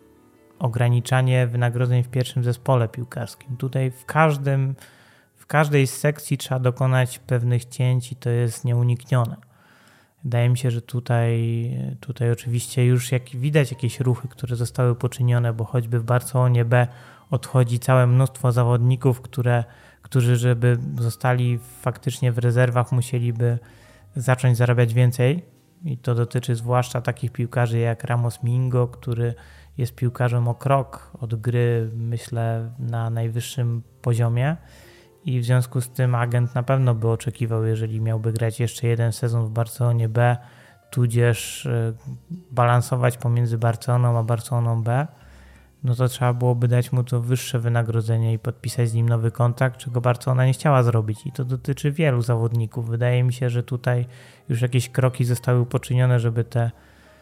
S2: ograniczanie wynagrodzeń w pierwszym zespole piłkarskim. Tutaj w każdym, w każdej z sekcji trzeba dokonać pewnych cięć i to jest nieuniknione. Wydaje mi się, że tutaj, tutaj oczywiście już jak widać jakieś ruchy, które zostały poczynione, bo choćby w Barcelonie B odchodzi całe mnóstwo zawodników, które, którzy żeby zostali faktycznie w rezerwach musieliby zacząć zarabiać więcej i to dotyczy zwłaszcza takich piłkarzy jak Ramos Mingo, który jest piłkarzem o krok od gry, myślę, na najwyższym poziomie i w związku z tym agent na pewno by oczekiwał, jeżeli miałby grać jeszcze jeden sezon w Barcelonie B, tudzież balansować pomiędzy Barceloną a Barceloną B, no to trzeba byłoby dać mu to wyższe wynagrodzenie i podpisać z nim nowy kontrakt, czego Barcelona nie chciała zrobić i to dotyczy wielu zawodników. Wydaje mi się, że tutaj już jakieś kroki zostały poczynione, żeby te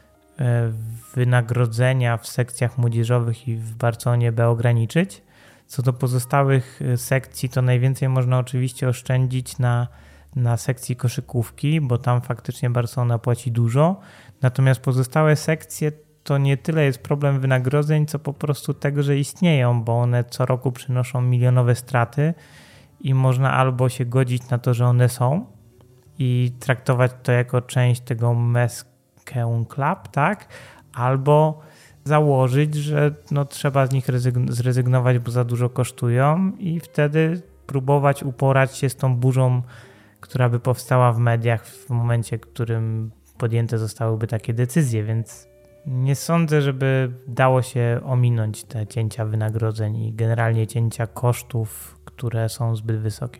S2: wynagrodzenia w sekcjach młodzieżowych i w Barcelonie B ograniczyć. Co do pozostałych sekcji, to najwięcej można oczywiście oszczędzić na, na sekcji koszykówki, bo tam faktycznie Barcelona płaci dużo. Natomiast pozostałe sekcje to nie tyle jest problem wynagrodzeń, co po prostu tego, że istnieją, bo one co roku przynoszą milionowe straty i można albo się godzić na to, że one są i traktować to jako część tego mes Club, tak? Albo założyć, że no, trzeba z nich rezygn- zrezygnować, bo za dużo kosztują i wtedy próbować uporać się z tą burzą, która by powstała w mediach w momencie, w którym podjęte zostałyby takie decyzje, więc nie sądzę, żeby dało się ominąć te cięcia wynagrodzeń i generalnie cięcia kosztów, które są zbyt wysokie.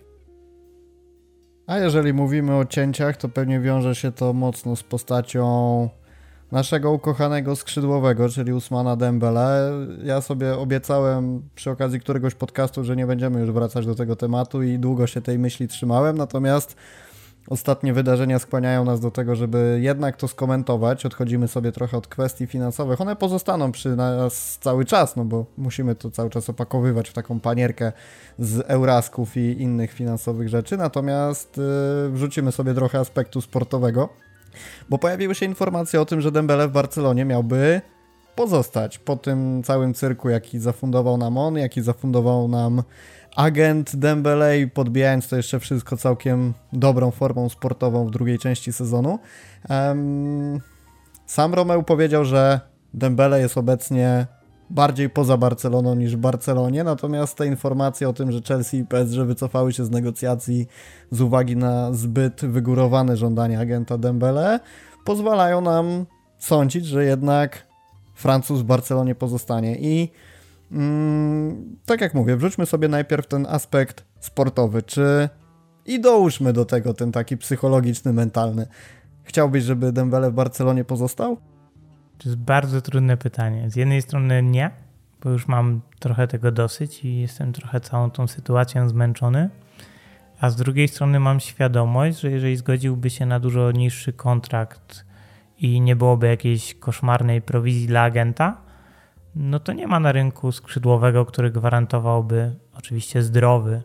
S1: A jeżeli mówimy o cięciach, to pewnie wiąże się to mocno z postacią naszego ukochanego skrzydłowego, czyli Ousmana Dembele. Ja sobie obiecałem przy okazji któregoś podcastu, że nie będziemy już wracać do tego tematu i długo się tej myśli trzymałem, natomiast ostatnie wydarzenia skłaniają nas do tego, żeby jednak to skomentować. Odchodzimy sobie trochę od kwestii finansowych. One pozostaną przy nas cały czas, no bo musimy to cały czas opakowywać w taką panierkę z eurasków i innych finansowych rzeczy. Natomiast yy, wrzucimy sobie trochę aspektu sportowego, bo pojawiły się informacje o tym, że Dembele w Barcelonie miałby pozostać po tym całym cyrku, jaki zafundował nam on, jaki zafundował nam agent Dembele i podbijając to jeszcze wszystko całkiem dobrą formą sportową w drugiej części sezonu. Um, sam Romeu powiedział, że Dembele jest obecnie bardziej poza Barceloną niż w Barcelonie, natomiast te informacje o tym, że Chelsea i P S G wycofały się z negocjacji z uwagi na zbyt wygórowane żądania agenta Dembele, pozwalają nam sądzić, że jednak Francuz w Barcelonie pozostanie i Mm, tak jak mówię, wrzućmy sobie najpierw ten aspekt sportowy, czy i dołóżmy do tego ten taki psychologiczny, mentalny. Chciałbyś, żeby Dembele w Barcelonie pozostał?
S2: To jest bardzo trudne pytanie. Z jednej strony nie, bo już mam trochę tego dosyć i jestem trochę całą tą sytuacją zmęczony, a z drugiej strony mam świadomość, że jeżeli zgodziłby się na dużo niższy kontrakt i nie byłoby jakiejś koszmarnej prowizji dla agenta, no to nie ma na rynku skrzydłowego, który gwarantowałby, oczywiście zdrowy,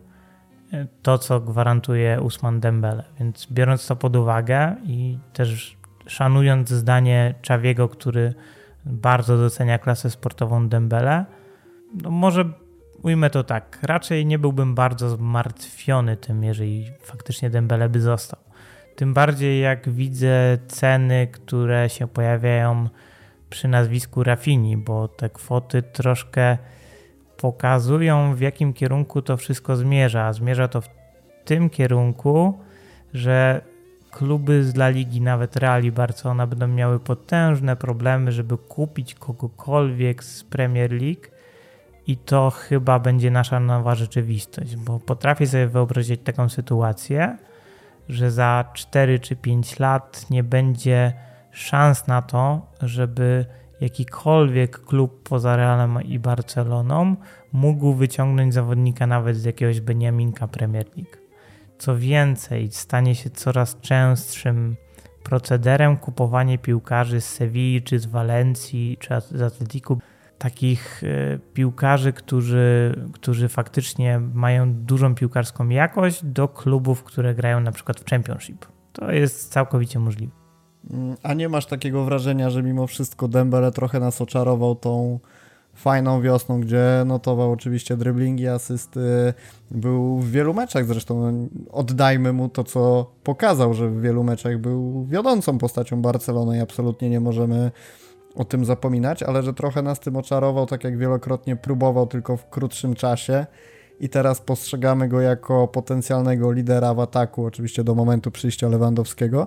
S2: to co gwarantuje Ousmane Dembele. Więc biorąc to pod uwagę i też szanując zdanie Xaviego, który bardzo docenia klasę sportową Dembele, no może ujmę to tak, raczej nie byłbym bardzo zmartwiony tym, jeżeli faktycznie Dembele by został. Tym bardziej jak widzę ceny, które się pojawiają przy nazwisku Rafini, bo te kwoty troszkę pokazują, w jakim kierunku to wszystko zmierza. Zmierza to w tym kierunku, że kluby z La Ligi, nawet Real i Barcelona, będą miały potężne problemy, żeby kupić kogokolwiek z Premier League i to chyba będzie nasza nowa rzeczywistość, bo potrafię sobie wyobrazić taką sytuację, że za cztery czy pięć lat nie będzie szans na to, żeby jakikolwiek klub poza Realem i Barceloną mógł wyciągnąć zawodnika nawet z jakiegoś Beniaminka Premier League. Co więcej, stanie się coraz częstszym procederem kupowanie piłkarzy z Sewilli, czy z Walencji, czy z Atletiku. Takich y, piłkarzy, którzy, którzy faktycznie mają dużą piłkarską jakość do klubów, które grają na przykład w Championship. To jest całkowicie możliwe.
S1: A nie masz takiego wrażenia, że mimo wszystko Dembele trochę nas oczarował tą fajną wiosną, gdzie notował oczywiście driblingi, asysty, był w wielu meczach zresztą, oddajmy mu to, co pokazał, że w wielu meczach był wiodącą postacią Barcelony i absolutnie nie możemy o tym zapominać, ale że trochę nas tym oczarował, tak jak wielokrotnie próbował, tylko w krótszym czasie i teraz postrzegamy go jako potencjalnego lidera w ataku, oczywiście do momentu przyjścia Lewandowskiego,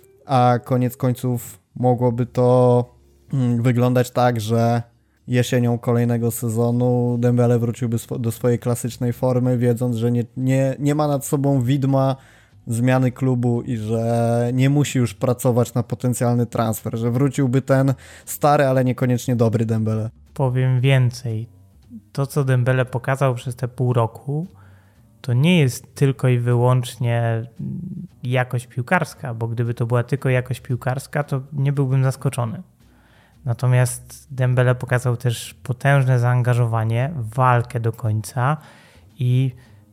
S1: a koniec końców mogłoby to wyglądać tak, że jesienią kolejnego sezonu Dembele wróciłby do swojej klasycznej formy, wiedząc, że nie, nie, nie ma nad sobą widma zmiany klubu i że nie musi już pracować na potencjalny transfer, że wróciłby ten stary, ale niekoniecznie dobry Dembele.
S2: Powiem więcej. To, co Dembele pokazał przez te pół roku, to nie jest tylko i wyłącznie jakość piłkarska, bo gdyby to była tylko jakość piłkarska, to nie byłbym zaskoczony. Natomiast Dembele pokazał też potężne zaangażowanie, walkę do końca i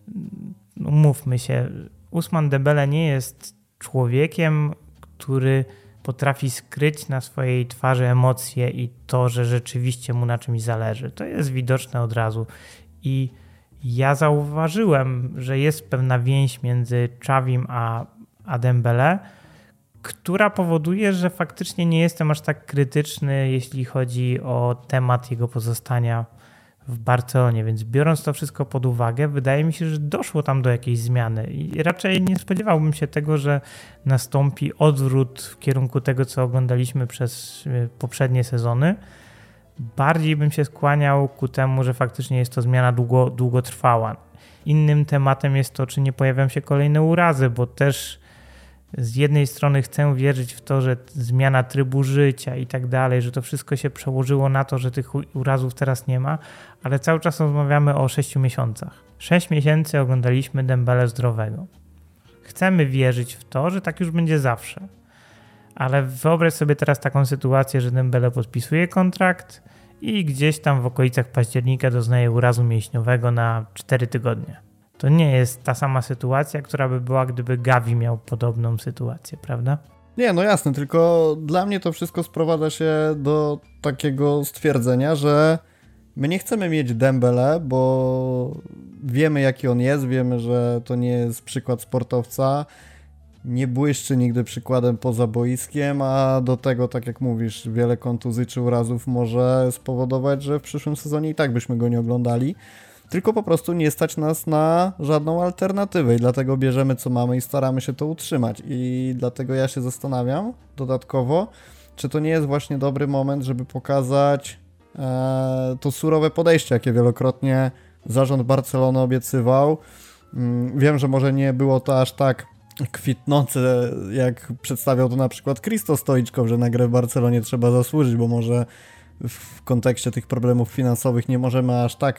S2: no, mówmy się, Ousmane Dembele nie jest człowiekiem, który potrafi skryć na swojej twarzy emocje i to, że rzeczywiście mu na czymś zależy. To jest widoczne od razu i ja zauważyłem, że jest pewna więź między Xavim a, a Dembele, która powoduje, że faktycznie nie jestem aż tak krytyczny, jeśli chodzi o temat jego pozostania w Barcelonie, więc biorąc to wszystko pod uwagę, wydaje mi się, że doszło tam do jakiejś zmiany i raczej nie spodziewałbym się tego, że nastąpi odwrót w kierunku tego, co oglądaliśmy przez poprzednie sezony. Bardziej bym się skłaniał ku temu, że faktycznie jest to zmiana długo, długotrwała. Innym tematem jest to, czy nie pojawią się kolejne urazy, bo też z jednej strony chcę wierzyć w to, że zmiana trybu życia i tak dalej, że to wszystko się przełożyło na to, że tych urazów teraz nie ma, ale cały czas rozmawiamy o sześciu miesiącach. Sześć miesięcy oglądaliśmy Dembele zdrowego. Chcemy wierzyć w to, że tak już będzie zawsze. Ale wyobraź sobie teraz taką sytuację, że Dembele podpisuje kontrakt i gdzieś tam w okolicach października doznaje urazu mięśniowego na cztery tygodnie. To nie jest ta sama sytuacja, która by była, gdyby Gavi miał podobną sytuację, prawda?
S1: Nie, no jasne, tylko dla mnie to wszystko sprowadza się do takiego stwierdzenia, że my nie chcemy mieć Dembele, bo wiemy, jaki on jest, wiemy, że to nie jest przykład sportowca, nie błyszczy nigdy przykładem poza boiskiem, a do tego, tak jak mówisz, wiele kontuzji czy urazów może spowodować, że w przyszłym sezonie i tak byśmy go nie oglądali. Tylko po prostu nie stać nas na żadną alternatywę i dlatego bierzemy co mamy i staramy się to utrzymać. I dlatego ja się zastanawiam dodatkowo, czy to nie jest właśnie dobry moment, żeby pokazać e, to surowe podejście, jakie wielokrotnie zarząd Barcelony obiecywał. Mm, wiem, że może nie było to aż tak kwitnące, jak przedstawiał to na przykład Christo Stoiczkow, że na grę w Barcelonie trzeba zasłużyć, bo może w kontekście tych problemów finansowych nie możemy aż tak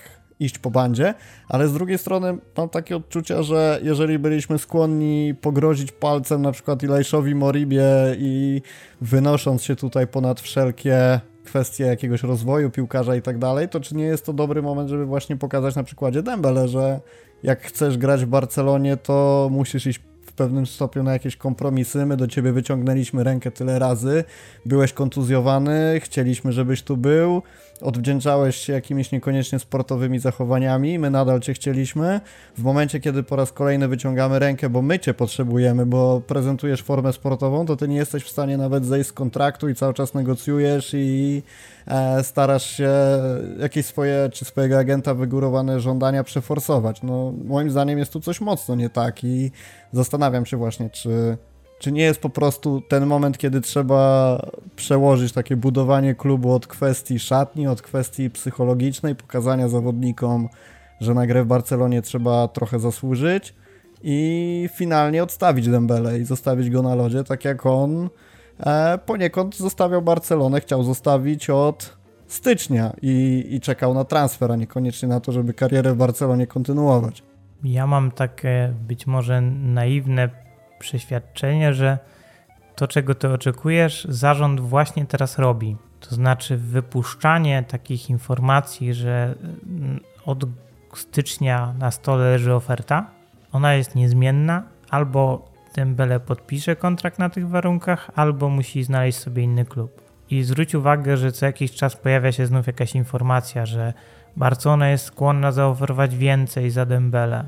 S1: iść po bandzie, ale z drugiej strony mam takie odczucia, że jeżeli byliśmy skłonni pogrozić palcem na przykład Ilajszowi Moribie i wynosząc się tutaj ponad wszelkie kwestie jakiegoś rozwoju piłkarza i tak dalej, to czy nie jest to dobry moment, żeby właśnie pokazać na przykładzie Dembele, że jak chcesz grać w Barcelonie, to musisz iść w pewnym stopniu na jakieś kompromisy. My do ciebie wyciągnęliśmy rękę tyle razy, byłeś kontuzjowany, chcieliśmy, żebyś tu był, odwdzięczałeś się jakimiś niekoniecznie sportowymi zachowaniami, my nadal cię chcieliśmy. W momencie, kiedy po raz kolejny wyciągamy rękę, bo my cię potrzebujemy, bo prezentujesz formę sportową, to ty nie jesteś w stanie nawet zejść z kontraktu i cały czas negocjujesz i e, starasz się jakieś swoje, czy swojego agenta wygórowane żądania przeforsować. No, moim zdaniem jest tu coś mocno nie tak i zastanawiam się właśnie, czy Czy nie jest po prostu ten moment, kiedy trzeba przełożyć takie budowanie klubu od kwestii szatni, od kwestii psychologicznej, pokazania zawodnikom, że na grę w Barcelonie trzeba trochę zasłużyć i finalnie odstawić Dembele i zostawić go na lodzie, tak jak on e, poniekąd zostawiał Barcelonę, chciał zostawić od stycznia i, i czekał na transfer, a niekoniecznie na to, żeby karierę w Barcelonie kontynuować.
S2: Ja mam takie być może naiwne przeświadczenie, że to, czego ty oczekujesz, zarząd właśnie teraz robi. To znaczy wypuszczanie takich informacji, że od stycznia na stole leży oferta, ona jest niezmienna, albo Dembele podpisze kontrakt na tych warunkach, albo musi znaleźć sobie inny klub. I zwróć uwagę, że co jakiś czas pojawia się znów jakaś informacja, że Barcelona jest skłonna zaoferować więcej za Dembele,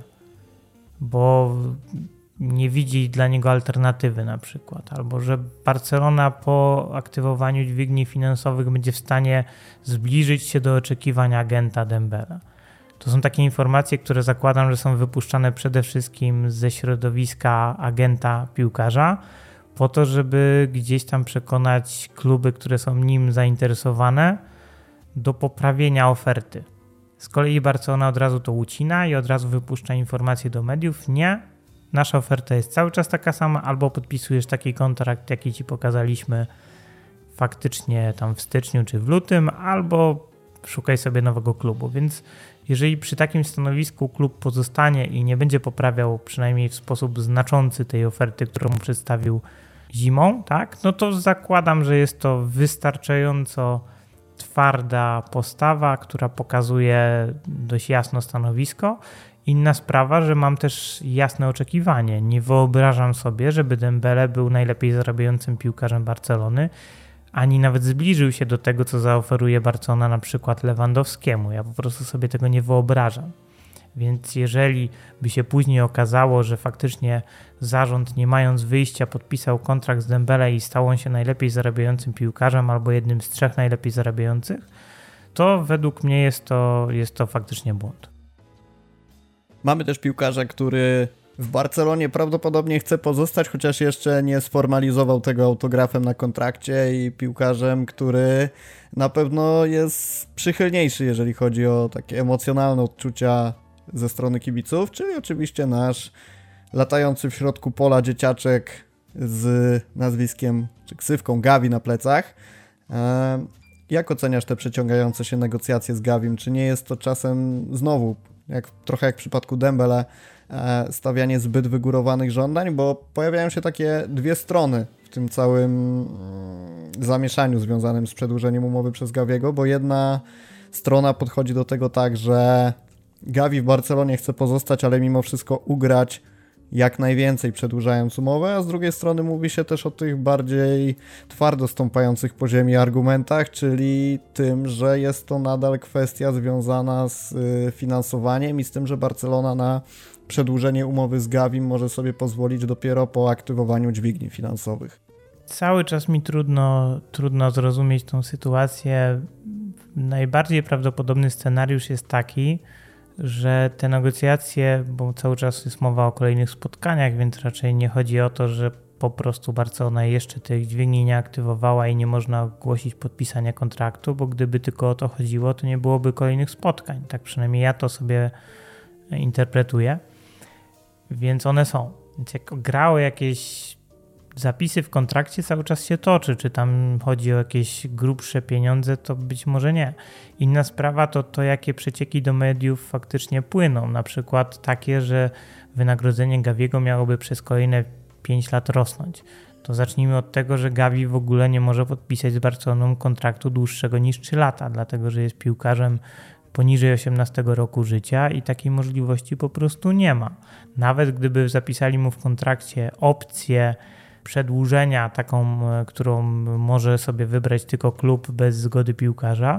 S2: bo nie widzi dla niego alternatywy na przykład, albo że Barcelona po aktywowaniu dźwigni finansowych będzie w stanie zbliżyć się do oczekiwań agenta Dembele. To są takie informacje, które zakładam, że są wypuszczane przede wszystkim ze środowiska agenta piłkarza, po to, żeby gdzieś tam przekonać kluby, które są nim zainteresowane, do poprawienia oferty. Z kolei Barcelona od razu to ucina i od razu wypuszcza informacje do mediów. Nie, nasza oferta jest cały czas taka sama, albo podpisujesz taki kontrakt, jaki ci pokazaliśmy faktycznie tam w styczniu czy w lutym, albo szukaj sobie nowego klubu. Więc jeżeli przy takim stanowisku klub pozostanie i nie będzie poprawiał przynajmniej w sposób znaczący tej oferty, którą mu przedstawił zimą, tak, no to zakładam, że jest to wystarczająco twarda postawa, która pokazuje dość jasno stanowisko. Inna sprawa, że mam też jasne oczekiwanie. Nie wyobrażam sobie, żeby Dembele był najlepiej zarabiającym piłkarzem Barcelony, ani nawet zbliżył się do tego, co zaoferuje Barcelona na przykład Lewandowskiemu. Ja po prostu sobie tego nie wyobrażam. Więc jeżeli by się później okazało, że faktycznie zarząd, nie mając wyjścia, podpisał kontrakt z Dembele i stał on się najlepiej zarabiającym piłkarzem albo jednym z trzech najlepiej zarabiających, to według mnie jest to, jest to faktycznie błąd.
S1: Mamy też piłkarza, który w Barcelonie prawdopodobnie chce pozostać, chociaż jeszcze nie sformalizował tego autografem na kontrakcie, i piłkarzem, który na pewno jest przychylniejszy, jeżeli chodzi o takie emocjonalne odczucia ze strony kibiców, czyli oczywiście nasz latający w środku pola dzieciaczek z nazwiskiem czy ksywką Gavi na plecach. Jak oceniasz te przeciągające się negocjacje z Gavim? Czy nie jest to czasem znowu, jak, trochę jak w przypadku Dembele, stawianie zbyt wygórowanych żądań, bo pojawiają się takie dwie strony w tym całym zamieszaniu związanym z przedłużeniem umowy przez Gaviego, bo jedna strona podchodzi do tego tak, że Gavi w Barcelonie chce pozostać, ale mimo wszystko ugrać jak najwięcej, przedłużając umowę, a z drugiej strony mówi się też o tych bardziej twardo stąpających po ziemi argumentach, czyli tym, że jest to nadal kwestia związana z finansowaniem i z tym, że Barcelona na przedłużenie umowy z Gavim może sobie pozwolić dopiero po aktywowaniu dźwigni finansowych.
S2: Cały czas mi trudno, trudno zrozumieć tą sytuację. Najbardziej prawdopodobny scenariusz jest taki, że te negocjacje, bo cały czas jest mowa o kolejnych spotkaniach, więc raczej nie chodzi o to, że po prostu Barcelona jeszcze tych dźwigni nie aktywowała i nie można ogłosić podpisania kontraktu, bo gdyby tylko o to chodziło, to nie byłoby kolejnych spotkań. Tak przynajmniej ja to sobie interpretuję. Więc one są. Więc jak grały jakieś zapisy w kontrakcie cały czas się toczy. Czy tam chodzi o jakieś grubsze pieniądze, to być może nie. Inna sprawa to to, jakie przecieki do mediów faktycznie płyną. Na przykład takie, że wynagrodzenie Gaviego miałoby przez kolejne pięć lat rosnąć. To zacznijmy od tego, że Gavi w ogóle nie może podpisać z Barceloną kontraktu dłuższego niż trzy lata, dlatego że jest piłkarzem poniżej osiemnastego roku życia i takiej możliwości po prostu nie ma. Nawet gdyby zapisali mu w kontrakcie opcję przedłużenia, taką, którą może sobie wybrać tylko klub bez zgody piłkarza,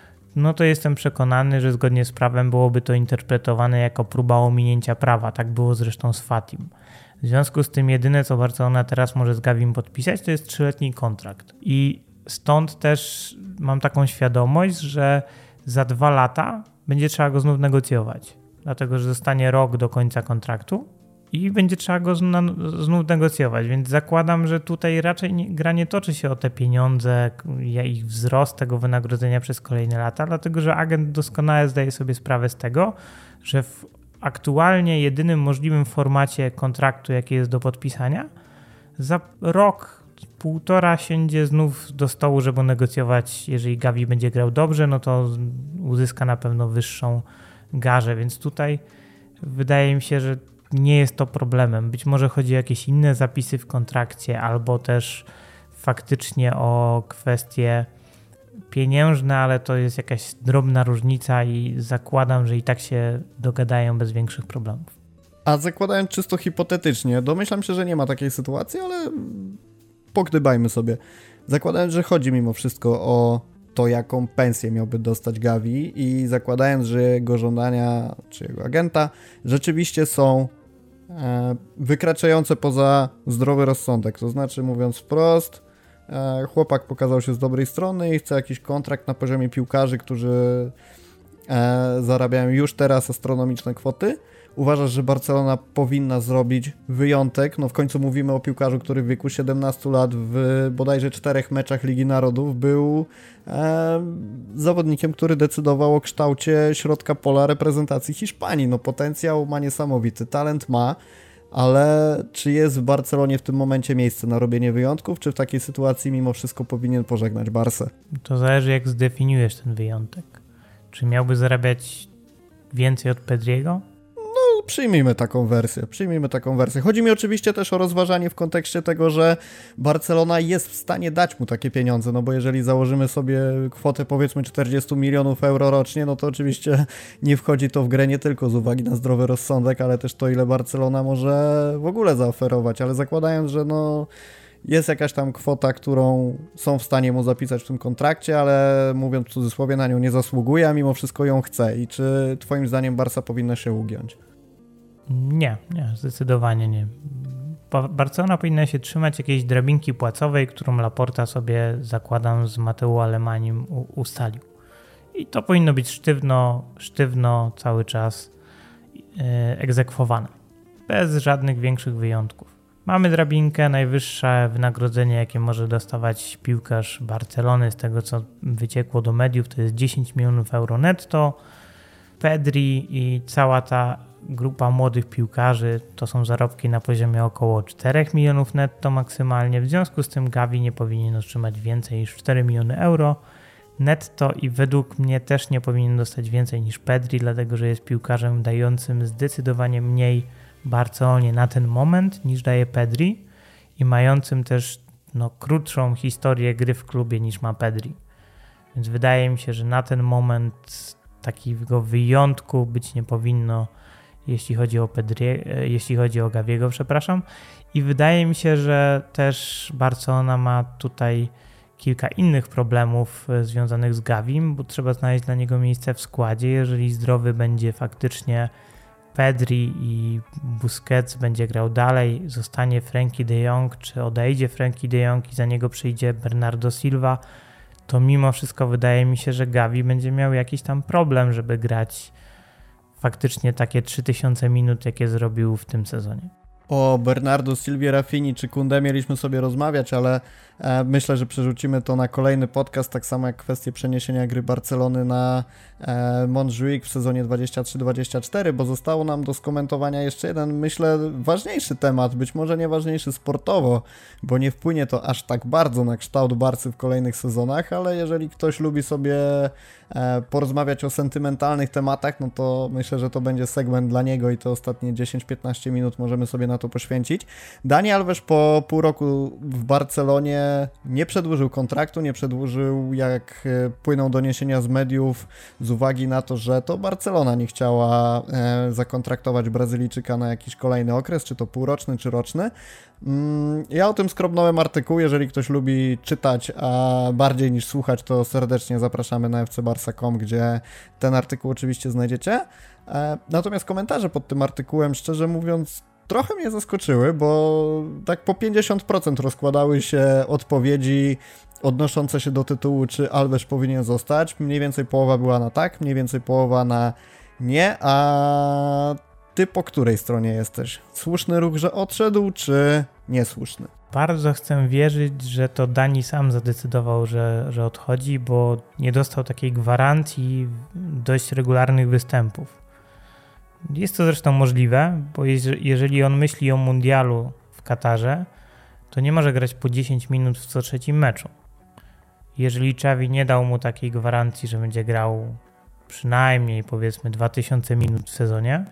S2: no to jestem przekonany, że zgodnie z prawem byłoby to interpretowane jako próba ominięcia prawa. Tak było zresztą z Fatim. W związku z tym jedyne, co Barcelona teraz może z Gavim podpisać, to jest trzyletni kontrakt. I stąd też mam taką świadomość, że za dwa lata będzie trzeba go znów negocjować. Dlatego, że zostanie rok do końca kontraktu i będzie trzeba go znów negocjować. Więc zakładam, że tutaj raczej nie, gra nie toczy się o te pieniądze i wzrost tego wynagrodzenia przez kolejne lata, dlatego, że agent doskonale zdaje sobie sprawę z tego, że w aktualnie jedynym możliwym formacie kontraktu, jaki jest do podpisania, za rok, półtora siędzie znów do stołu, żeby negocjować. Jeżeli Gavi będzie grał dobrze, no to uzyska na pewno wyższą garzę, więc tutaj wydaje mi się, że nie jest to problemem. Być może chodzi o jakieś inne zapisy w kontrakcie, albo też faktycznie o kwestie pieniężne, ale to jest jakaś drobna różnica i zakładam, że i tak się dogadają bez większych problemów.
S1: A zakładając czysto hipotetycznie, domyślam się, że nie ma takiej sytuacji, ale pogdybajmy sobie. Zakładając, że chodzi mimo wszystko o to, jaką pensję miałby dostać Gavi i zakładając, że jego żądania czy jego agenta rzeczywiście są e, wykraczające poza zdrowy rozsądek, to znaczy mówiąc wprost, e, chłopak pokazał się z dobrej strony i chce jakiś kontrakt na poziomie piłkarzy, którzy e, zarabiają już teraz astronomiczne kwoty. Uważasz, że Barcelona powinna zrobić wyjątek? No w końcu mówimy o piłkarzu, który w wieku siedemnastu lat w bodajże czterech meczach Ligi Narodów był e, zawodnikiem, który decydował o kształcie środka pola reprezentacji Hiszpanii. No potencjał ma niesamowity, talent ma, ale czy jest w Barcelonie w tym momencie miejsce na robienie wyjątków, czy w takiej sytuacji mimo wszystko powinien pożegnać Barsę?
S2: To zależy, jak zdefiniujesz ten wyjątek. Czy miałby zarabiać więcej od Pedriego?
S1: Przyjmijmy taką wersję, przyjmijmy taką wersję. Chodzi mi oczywiście też o rozważanie w kontekście tego, że Barcelona jest w stanie dać mu takie pieniądze, no bo jeżeli założymy sobie kwotę powiedzmy czterdzieści milionów euro rocznie, no to oczywiście nie wchodzi to w grę nie tylko z uwagi na zdrowy rozsądek, ale też to, ile Barcelona może w ogóle zaoferować, ale zakładając, że no jest jakaś tam kwota, którą są w stanie mu zapisać w tym kontrakcie, ale mówiąc w cudzysłowie, na nią nie zasługuje, a mimo wszystko ją chce. I czy twoim zdaniem Barsa powinna się ugiąć?
S2: Nie, nie, zdecydowanie nie. Barcelona powinna się trzymać jakiejś drabinki płacowej, którą Laporta sobie, zakładam, z Mateu Alemanim ustalił. I to powinno być sztywno, sztywno cały czas egzekwowane. Bez żadnych większych wyjątków. Mamy drabinkę, najwyższe wynagrodzenie, jakie może dostawać piłkarz Barcelony, z tego co wyciekło do mediów, to jest dziesięć milionów euro netto. Pedri i cała ta grupa młodych piłkarzy to są zarobki na poziomie około cztery milionów netto maksymalnie. W związku z tym Gavi nie powinien otrzymać więcej niż cztery miliony euro netto i według mnie też nie powinien dostać więcej niż Pedri, dlatego że jest piłkarzem dającym zdecydowanie mniej Barcelonie na ten moment niż daje Pedri i mającym też no, krótszą historię gry w klubie niż ma Pedri. Więc wydaje mi się, że na ten moment takiego wyjątku być nie powinno, jeśli chodzi o Pedri, jeśli chodzi o Gaviego, przepraszam. I wydaje mi się, że też Barcelona ma tutaj kilka innych problemów związanych z Gavim, bo trzeba znaleźć dla niego miejsce w składzie. Jeżeli zdrowy będzie faktycznie Pedri i Busquets, będzie grał dalej, zostanie Frenkie de Jong, czy odejdzie Frenkie de Jong i za niego przyjdzie Bernardo Silva, to mimo wszystko wydaje mi się, że Gavi będzie miał jakiś tam problem, żeby grać faktycznie takie trzy tysiące minut, jakie zrobił w tym sezonie.
S1: O Bernardo Silvie, Rafini czy Koundé mieliśmy sobie rozmawiać, ale e, myślę, że przerzucimy to na kolejny podcast, tak samo jak kwestię przeniesienia gry Barcelony na e, Montjuic w sezonie dwadzieścia trzy dwadzieścia cztery, bo zostało nam do skomentowania jeszcze jeden, myślę, ważniejszy temat, być może nie ważniejszy sportowo, bo nie wpłynie to aż tak bardzo na kształt Barcy w kolejnych sezonach, ale jeżeli ktoś lubi sobie e, porozmawiać o sentymentalnych tematach, no to myślę, że to będzie segment dla niego i te ostatnie dziesięć piętnaście minut możemy sobie na to poświęcić. Dani Alves po pół roku w Barcelonie nie przedłużył kontraktu, nie przedłużył, jak płyną doniesienia z mediów, z uwagi na to, że to Barcelona nie chciała e, zakontraktować Brazylijczyka na jakiś kolejny okres, czy to półroczny, czy roczny. Mm, ja o tym skrobnąłem artykuł, jeżeli ktoś lubi czytać, a bardziej niż słuchać, to serdecznie zapraszamy na f c barca kropka com, gdzie ten artykuł oczywiście znajdziecie. E, natomiast komentarze pod tym artykułem, szczerze mówiąc, trochę mnie zaskoczyły, bo tak po pięćdziesiąt procent rozkładały się odpowiedzi odnoszące się do tytułu, czy Alves powinien zostać. Mniej więcej połowa była na tak, mniej więcej połowa na nie, a ty po której stronie jesteś? Słuszny ruch, że odszedł, czy niesłuszny?
S2: Bardzo chcę wierzyć, że to Dani sam zadecydował, że, że odchodzi, bo nie dostał takiej gwarancji dość regularnych występów. Jest to zresztą możliwe, bo jeżeli on myśli o mundialu w Katarze, to nie może grać po dziesięć minut w co trzecim meczu. Jeżeli Xavi nie dał mu takiej gwarancji, że będzie grał przynajmniej powiedzmy dwa tysiące minut w sezonie,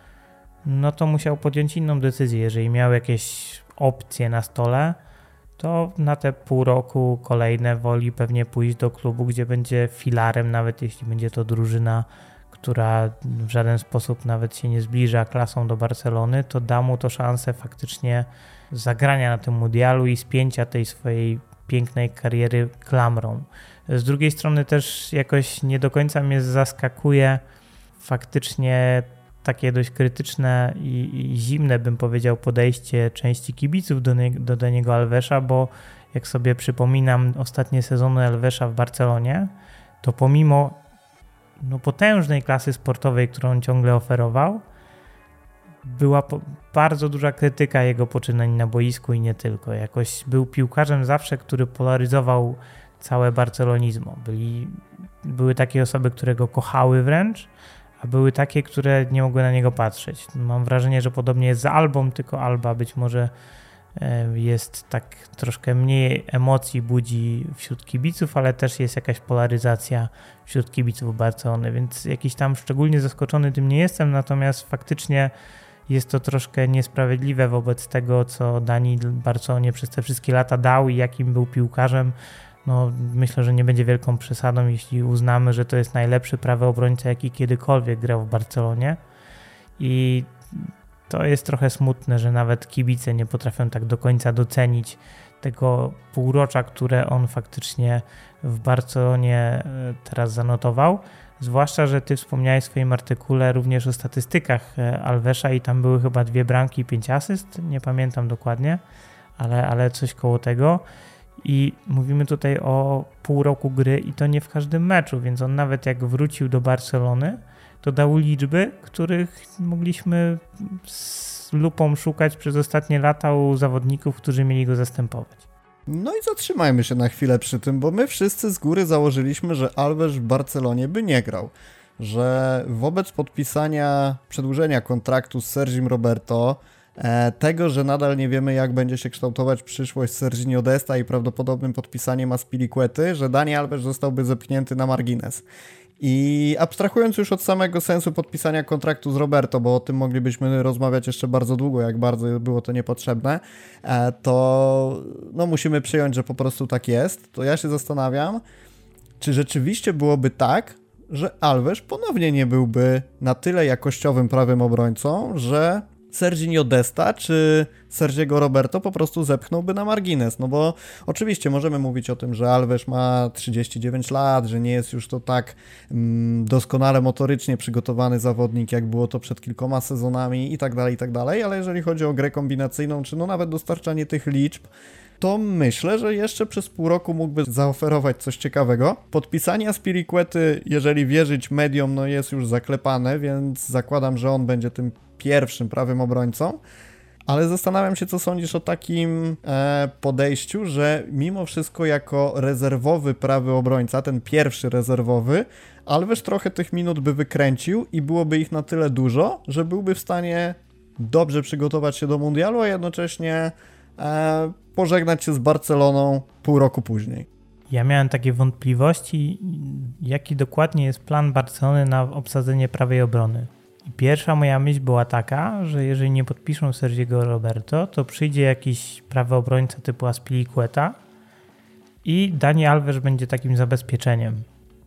S2: no to musiał podjąć inną decyzję. Jeżeli miał jakieś opcje na stole, to na te pół roku kolejne woli pewnie pójść do klubu, gdzie będzie filarem, nawet jeśli będzie to drużyna, która w żaden sposób nawet się nie zbliża klasą do Barcelony, to da mu to szansę faktycznie zagrania na tym mundialu i spięcia tej swojej pięknej kariery klamrą. Z drugiej strony też jakoś nie do końca mnie zaskakuje faktycznie takie dość krytyczne i, i zimne, bym powiedział, podejście części kibiców do, nie, do Daniego Alvesa, bo jak sobie przypominam ostatnie sezony Alvesa w Barcelonie, to pomimo no, potężnej klasy sportowej, którą on ciągle oferował, była po, bardzo duża krytyka jego poczynań na boisku i nie tylko. Jakoś był piłkarzem zawsze, który polaryzował całe barcelonizmo. Byli, były takie osoby, które go kochały wręcz, a były takie, które nie mogły na niego patrzeć. Mam wrażenie, że podobnie jest z Albą, tylko Alba być może jest tak troszkę mniej emocji budzi wśród kibiców, ale też jest jakaś polaryzacja wśród kibiców Barcelony, więc jakiś tam szczególnie zaskoczony tym nie jestem, natomiast faktycznie jest to troszkę niesprawiedliwe wobec tego, co Dani Barcelonie przez te wszystkie lata dał i jakim był piłkarzem. No, myślę, że nie będzie wielką przesadą, jeśli uznamy, że to jest najlepszy prawy obrońca, jaki kiedykolwiek grał w Barcelonie. I to jest trochę smutne, że nawet kibice nie potrafią tak do końca docenić tego półrocza, które on faktycznie w Barcelonie teraz zanotował. Zwłaszcza, że ty wspomniałeś w swoim artykule również o statystykach Alvesa i tam były chyba dwie bramki i pięć asyst, nie pamiętam dokładnie, ale, ale coś koło tego. I mówimy tutaj o pół roku gry i to nie w każdym meczu, więc on nawet jak wrócił do Barcelony, to dał liczby, których mogliśmy z lupą szukać przez ostatnie lata u zawodników, którzy mieli go zastępować.
S1: No i zatrzymajmy się na chwilę przy tym, bo my wszyscy z góry założyliśmy, że Alves w Barcelonie by nie grał. Że wobec podpisania, przedłużenia kontraktu z Sergim Roberto, tego, że nadal nie wiemy, jak będzie się kształtować przyszłość Serginho Desta i prawdopodobnym podpisaniem Azpilicuety, że Dani Alves zostałby zepchnięty na margines. I abstrahując już od samego sensu podpisania kontraktu z Roberto, bo o tym moglibyśmy rozmawiać jeszcze bardzo długo, jak bardzo było to niepotrzebne, to no, musimy przyjąć, że po prostu tak jest. To ja się zastanawiam, czy rzeczywiście byłoby tak, że Alves ponownie nie byłby na tyle jakościowym prawym obrońcą, że Serginho Desta czy Sergiego Roberto po prostu zepchnąłby na margines, no bo oczywiście możemy mówić o tym, że Alves ma trzydzieści dziewięć lat, że nie jest już to tak mm, doskonale motorycznie przygotowany zawodnik, jak było to przed kilkoma sezonami i tak dalej, i tak dalej, ale jeżeli chodzi o grę kombinacyjną, czy no nawet dostarczanie tych liczb, to myślę, że jeszcze przez pół roku mógłby zaoferować coś ciekawego. Podpisanie Azpilicuety, jeżeli wierzyć mediom, no jest już zaklepane, więc zakładam, że on będzie tym pierwszym prawym obrońcą, Ale zastanawiam się, co sądzisz o takim e, podejściu, że mimo wszystko jako rezerwowy prawy obrońca, ten pierwszy rezerwowy, Alves trochę tych minut by wykręcił i byłoby ich na tyle dużo, że byłby w stanie dobrze przygotować się do mundialu, a jednocześnie e, pożegnać się z Barceloną pół roku później.
S2: Ja miałem takie wątpliwości, jaki dokładnie jest plan Barcelony na obsadzenie prawej obrony. I pierwsza moja myśl była taka, że jeżeli nie podpiszą Sergiego Roberto, to przyjdzie jakiś prawy obrońca typu Azpilicueta i Dani Alves będzie takim zabezpieczeniem.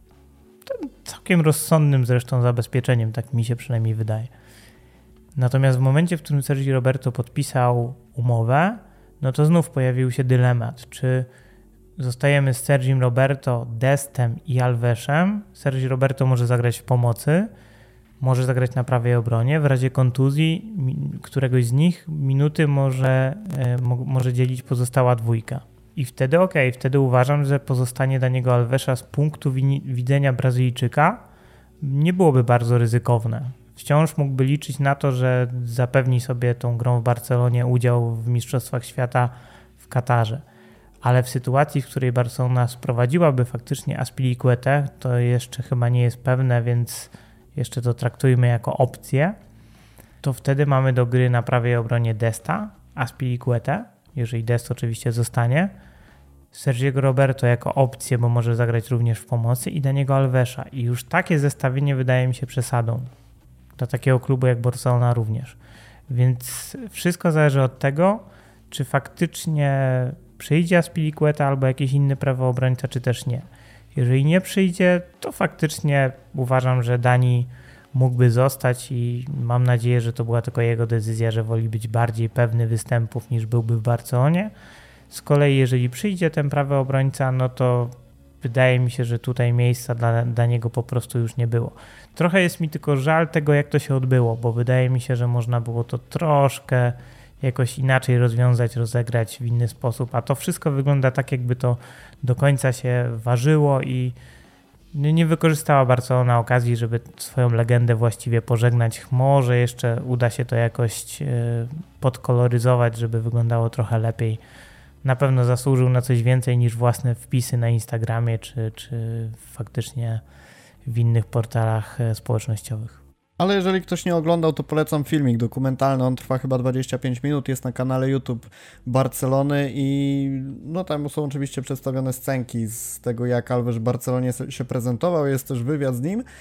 S2: Całkiem rozsądnym zresztą zabezpieczeniem, tak mi się przynajmniej wydaje. Natomiast w momencie, w którym Sergi Roberto podpisał umowę, no to znów pojawił się dylemat, czy zostajemy z Sergim Roberto, Destem i Alvesem. Sergi Roberto może zagrać w pomocy, może zagrać na prawej obronie. W razie kontuzji któregoś z nich minuty może, może dzielić pozostała dwójka. I wtedy okej, okay, wtedy uważam, że pozostanie Daniego Alvesa z punktu widzenia Brazylijczyka nie byłoby bardzo ryzykowne. Wciąż mógłby liczyć na to, że zapewni sobie tą grą w Barcelonie udział w Mistrzostwach Świata w Katarze. Ale w sytuacji, w której Barcelona sprowadziłaby faktycznie Azpilicuetę, to jeszcze chyba nie jest pewne, więc jeszcze to traktujmy jako opcję, to wtedy mamy do gry na prawej obronie Desta, Azpilicuetę, jeżeli Dest oczywiście zostanie, Sergiego Roberto jako opcję, bo może zagrać również w pomocy i Daniego Alvesa. I już takie zestawienie wydaje mi się przesadą. Dla takiego klubu jak Barcelona również. Więc wszystko zależy od tego, czy faktycznie przyjdzie Azpilicueta albo jakiś inny prawy obrońca, czy też nie. Jeżeli nie przyjdzie, to faktycznie uważam, że Dani mógłby zostać i mam nadzieję, że to była tylko jego decyzja, że woli być bardziej pewny występów niż byłby w Barcelonie. Z kolei jeżeli przyjdzie ten prawy obrońca, no to wydaje mi się, że tutaj miejsca dla, dla niego po prostu już nie było. Trochę jest mi tylko żal tego, jak to się odbyło, bo wydaje mi się, że można było to troszkę jakoś inaczej rozwiązać, rozegrać w inny sposób, a to wszystko wygląda tak, jakby to do końca się ważyło i nie wykorzystała Barcelona okazji, żeby swoją legendę właściwie pożegnać. Może jeszcze uda się to jakoś podkoloryzować, żeby wyglądało trochę lepiej. Na pewno zasłużył na coś więcej niż własne wpisy na Instagramie czy, czy faktycznie w innych portalach społecznościowych.
S1: Ale jeżeli ktoś nie oglądał, to polecam filmik dokumentalny, on trwa chyba dwadzieścia pięć minut, jest na kanale YouTube Barcelony i no tam są oczywiście przedstawione scenki z tego, jak Alves w Barcelonie się prezentował, jest też wywiad z nim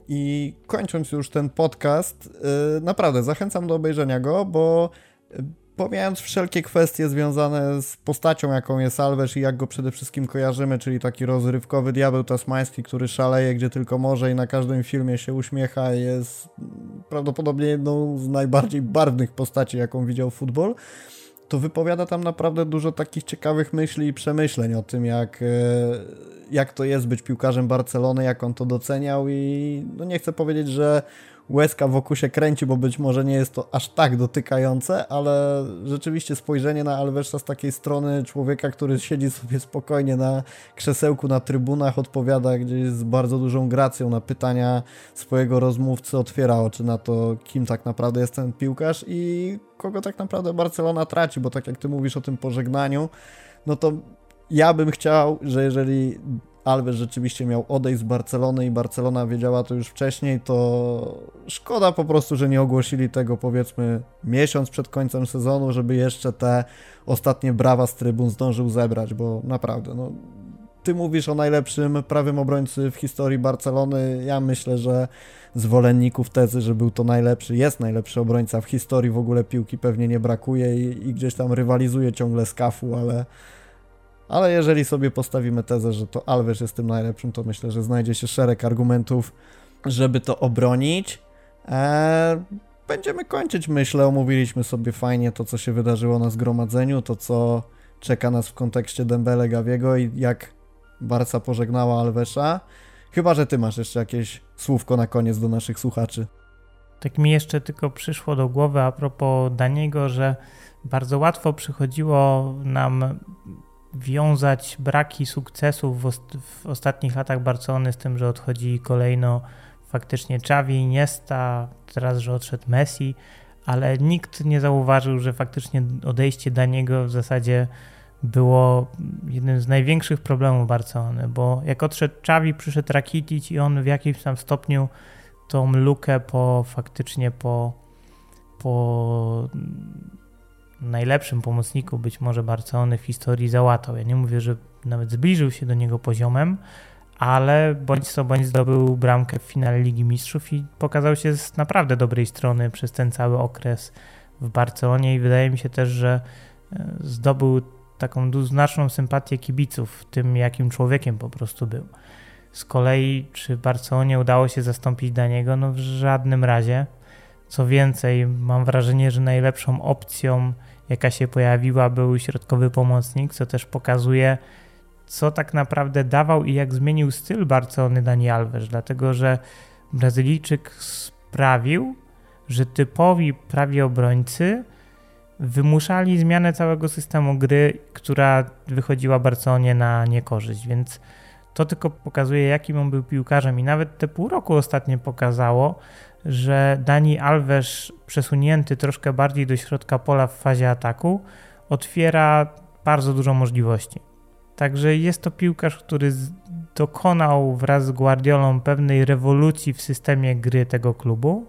S1: i kończąc już ten podcast, yy, naprawdę zachęcam do obejrzenia go, bo pomijając wszelkie kwestie związane z postacią, jaką jest Alves i jak go przede wszystkim kojarzymy, czyli taki rozrywkowy diabeł tasmański, który szaleje gdzie tylko może i na każdym filmie się uśmiecha, jest prawdopodobnie jedną z najbardziej barwnych postaci, jaką widział futbol, to wypowiada tam naprawdę dużo takich ciekawych myśli i przemyśleń o tym, jak, jak to jest być piłkarzem Barcelony, jak on to doceniał i no nie chcę powiedzieć, że łezka wokół się kręci, bo być może nie jest to aż tak dotykające, ale rzeczywiście spojrzenie na Alvesa z takiej strony człowieka, który siedzi sobie spokojnie na krzesełku na trybunach, odpowiada gdzieś z bardzo dużą gracją na pytania swojego rozmówcy, otwiera oczy na to, kim tak naprawdę jest ten piłkarz i kogo tak naprawdę Barcelona traci, bo tak jak ty mówisz o tym pożegnaniu, no to ja bym chciał, że jeżeli Alves rzeczywiście miał odejść z Barcelony i Barcelona wiedziała to już wcześniej, to szkoda po prostu, że nie ogłosili tego powiedzmy miesiąc przed końcem sezonu, żeby jeszcze te ostatnie brawa z trybun zdążył zebrać, bo naprawdę, no ty mówisz o najlepszym prawym obrońcy w historii Barcelony, ja myślę, że zwolenników tezy, że był to najlepszy, jest najlepszy obrońca w historii w ogóle piłki pewnie nie brakuje i, i gdzieś tam rywalizuje ciągle z Cafu, ale Ale jeżeli sobie postawimy tezę, że to Alves jest tym najlepszym, to myślę, że znajdzie się szereg argumentów, żeby to obronić. Eee, będziemy kończyć, myślę. Omówiliśmy sobie fajnie to, co się wydarzyło na zgromadzeniu, to, co czeka nas w kontekście Dembele, Gaviego i jak Barca pożegnała Alvesa. Chyba że ty masz jeszcze jakieś słówko na koniec do naszych słuchaczy.
S2: Tak mi jeszcze tylko przyszło do głowy a propos Daniego, że bardzo łatwo przychodziło nam wiązać braki sukcesów w, ost- w ostatnich latach Barcelony z tym, że odchodzi kolejno faktycznie Xavi, Iniesta, teraz, że odszedł Messi, ale nikt nie zauważył, że faktycznie odejście Daniego w zasadzie było jednym z największych problemów Barcelony, bo jak odszedł Xavi, przyszedł Rakitic i on w jakimś tam stopniu tą lukę po faktycznie po, po najlepszym pomocniku być może Barcelony w historii załatał. Ja nie mówię, że nawet zbliżył się do niego poziomem, ale bądź co bądź zdobył bramkę w finale Ligi Mistrzów i pokazał się z naprawdę dobrej strony przez ten cały okres w Barcelonie i wydaje mi się też, że zdobył taką znaczną sympatię kibiców tym, jakim człowiekiem po prostu był. Z kolei czy Barcelonie udało się zastąpić Daniego? No w żadnym razie. Co więcej, mam wrażenie, że najlepszą opcją, jaka się pojawiła, był środkowy pomocnik, co też pokazuje, co tak naprawdę dawał i jak zmienił styl Barcelony Dani Alves, dlatego że Brazylijczyk sprawił, że typowi prawie obrońcy wymuszali zmianę całego systemu gry, która wychodziła Barcelonie na niekorzyść, więc to tylko pokazuje, jakim on był piłkarzem i nawet te pół roku ostatnio pokazało, że Dani Alves przesunięty troszkę bardziej do środka pola w fazie ataku otwiera bardzo dużo możliwości. Także jest to piłkarz, który dokonał wraz z Guardiolą pewnej rewolucji w systemie gry tego klubu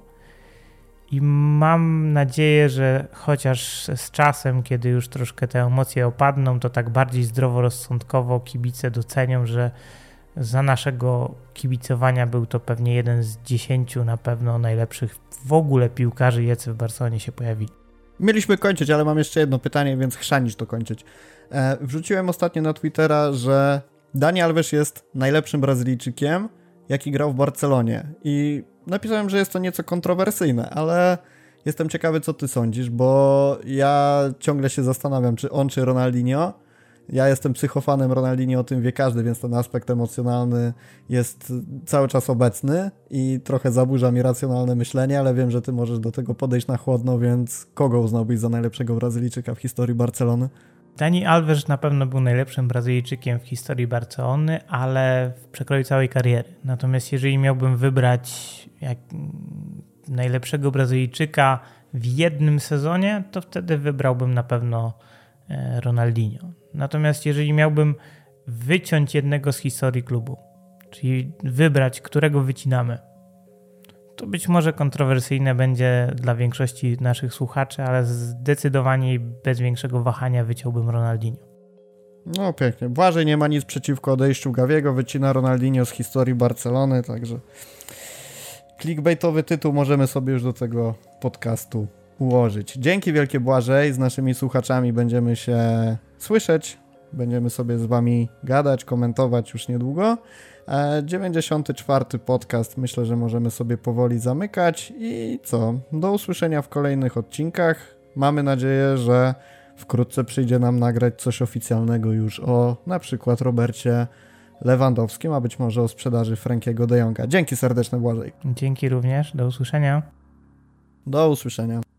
S2: i mam nadzieję, że chociaż z czasem, kiedy już troszkę te emocje opadną, to tak bardziej zdroworozsądkowo kibice docenią, że za naszego kibicowania był to pewnie jeden z dziesięciu na pewno najlepszych w ogóle piłkarzy, jacy w Barcelonie się pojawili.
S1: Mieliśmy kończyć, ale mam jeszcze jedno pytanie, więc chrzanisz to kończyć. E, wrzuciłem ostatnio na Twittera, że Dani Alves jest najlepszym Brazylijczykiem, jaki grał w Barcelonie. I napisałem, że jest to nieco kontrowersyjne, ale jestem ciekawy, co ty sądzisz, bo ja ciągle się zastanawiam, czy on, czy Ronaldinho. Ja jestem psychofanem Ronaldinho, o tym wie każdy, więc ten aspekt emocjonalny jest cały czas obecny i trochę zaburza mi racjonalne myślenie, ale wiem, że ty możesz do tego podejść na chłodno, więc kogo uznałbyś za najlepszego Brazylijczyka w historii Barcelony?
S2: Dani Alves na pewno był najlepszym Brazylijczykiem w historii Barcelony, ale w przekroju całej kariery. Natomiast jeżeli miałbym wybrać jak najlepszego Brazylijczyka w jednym sezonie, to wtedy wybrałbym na pewno Ronaldinho. Natomiast jeżeli miałbym wyciąć jednego z historii klubu, czyli wybrać, którego wycinamy, to być może kontrowersyjne będzie dla większości naszych słuchaczy, ale zdecydowanie i bez większego wahania wyciąłbym Ronaldinho.
S1: No pięknie. Błażej nie ma nic przeciwko odejściu Gaviego, wycina Ronaldinho z historii Barcelony, także clickbaitowy tytuł możemy sobie już do tego podcastu ułożyć. Dzięki wielkie Błażej, z naszymi słuchaczami będziemy się słyszeć, będziemy sobie z wami gadać, komentować już niedługo. dziewięćdziesiąty czwarty podcast myślę, że możemy sobie powoli zamykać i co? Do usłyszenia w kolejnych odcinkach. Mamy nadzieję, że wkrótce przyjdzie nam nagrać coś oficjalnego już o na przykład Robercie Lewandowskim, a być może o sprzedaży Frankiego de Jonga. Dzięki serdeczne Błażej.
S2: Dzięki również, do usłyszenia.
S1: Do usłyszenia.